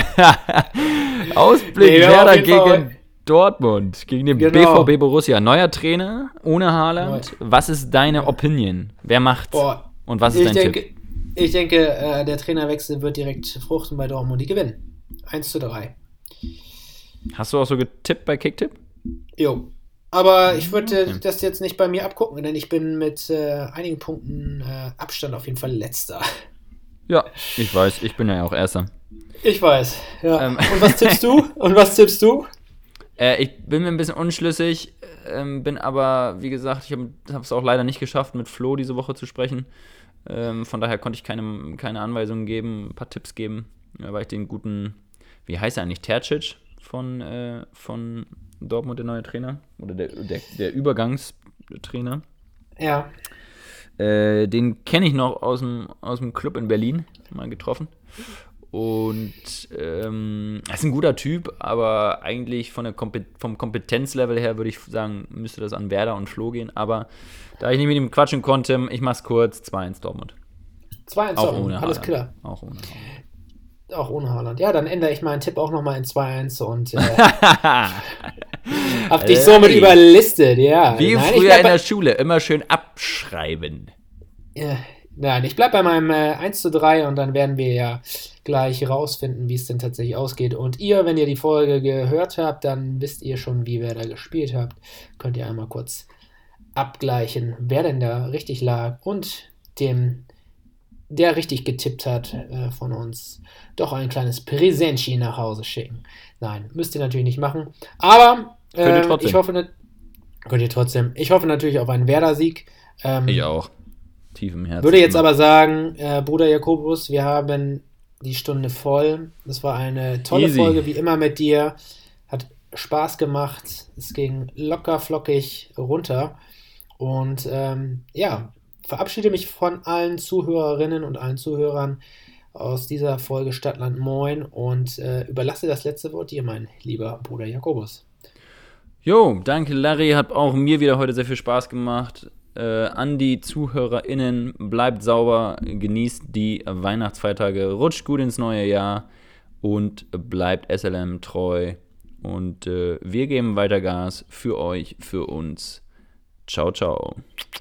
Ausblick Nee, wir haben Werder auf jeden Fall- gegen Dortmund, gegen den Genau. B V B Borussia. Neuer Trainer, ohne Haaland. Was ist deine Opinion? Wer macht's? Boah, Und was ist ich dein denke, Tipp? ich denke äh, der Trainerwechsel wird direkt fruchten bei Dortmund. Die gewinnen. eins zu drei. Hast du auch so getippt bei Kicktipp? Jo. Aber ich würde Okay. das jetzt nicht bei mir abgucken, denn ich bin mit äh, einigen Punkten äh, Abstand auf jeden Fall letzter. Ja, ich weiß, ich bin ja auch Erster. Ich weiß. Ja. Ähm. Und was tippst du? Und was tippst du? Äh, ich bin mir ein bisschen unschlüssig, ähm, bin aber, wie gesagt, ich habe es auch leider nicht geschafft, mit Flo diese Woche zu sprechen. Ähm, von daher konnte ich keine, keine Anweisungen geben, ein paar Tipps geben, äh, weil ich den guten, wie heißt er eigentlich, Tercic von, äh, von Dortmund, der neue Trainer, oder der, der, der Übergangstrainer. Ja. Äh, den kenne ich noch aus dem, aus dem Club in Berlin, mal getroffen. Und ähm, er ist ein guter Typ, aber eigentlich von der Kompet- vom Kompetenzlevel her würde ich sagen, müsste das an Werder und Flo gehen. Aber da ich nicht mit ihm quatschen konnte, ich mach's kurz, zwei eins Dortmund. zwei eins Auch Dortmund. ohne Alles Haaland. klar. Auch ohne Haaland. Auch ohne Haaland. Ja, dann ändere ich meinen Tipp auch nochmal in zwei eins und äh, hab dich Ey. somit überlistet. Ja. Wie Nein, ich früher bleib in bei- der Schule, immer schön abschreiben. Ja, nein, ich bleibe bei meinem äh, eins zu drei und dann werden wir ja gleich rausfinden, wie es denn tatsächlich ausgeht. Und ihr, wenn ihr die Folge gehört habt, dann wisst ihr schon, wie wer da gespielt habt. Könnt ihr einmal kurz abgleichen, wer denn da richtig lag und dem, der richtig getippt hat äh, von uns, doch ein kleines Präsentchen nach Hause schicken. Nein, müsst ihr natürlich nicht machen. Aber Könnt ihr ähm, trotzdem. ich hoffe, nat- könnt ihr trotzdem. Ich hoffe natürlich auf einen Werder-Sieg. Ähm, Ich auch. Tief im Herzen. würde jetzt immer. aber sagen, äh, Bruder Jakobus, wir haben die Stunde voll. Das war eine tolle Easy. Folge, wie immer mit dir. Hat Spaß gemacht. Es ging locker flockig runter. Und ähm, ja, verabschiede mich von allen Zuhörerinnen und allen Zuhörern aus dieser Folge Stadtland Moin und äh, überlasse das letzte Wort dir, mein lieber Bruder Jakobus. Jo, danke Larry, hat auch mir wieder heute sehr viel Spaß gemacht. Äh, an die ZuhörerInnen, bleibt sauber, genießt die Weihnachtsfeiertage, rutscht gut ins neue Jahr und bleibt S L M treu. Und äh, wir geben weiter Gas für euch, für uns. Ciao, ciao.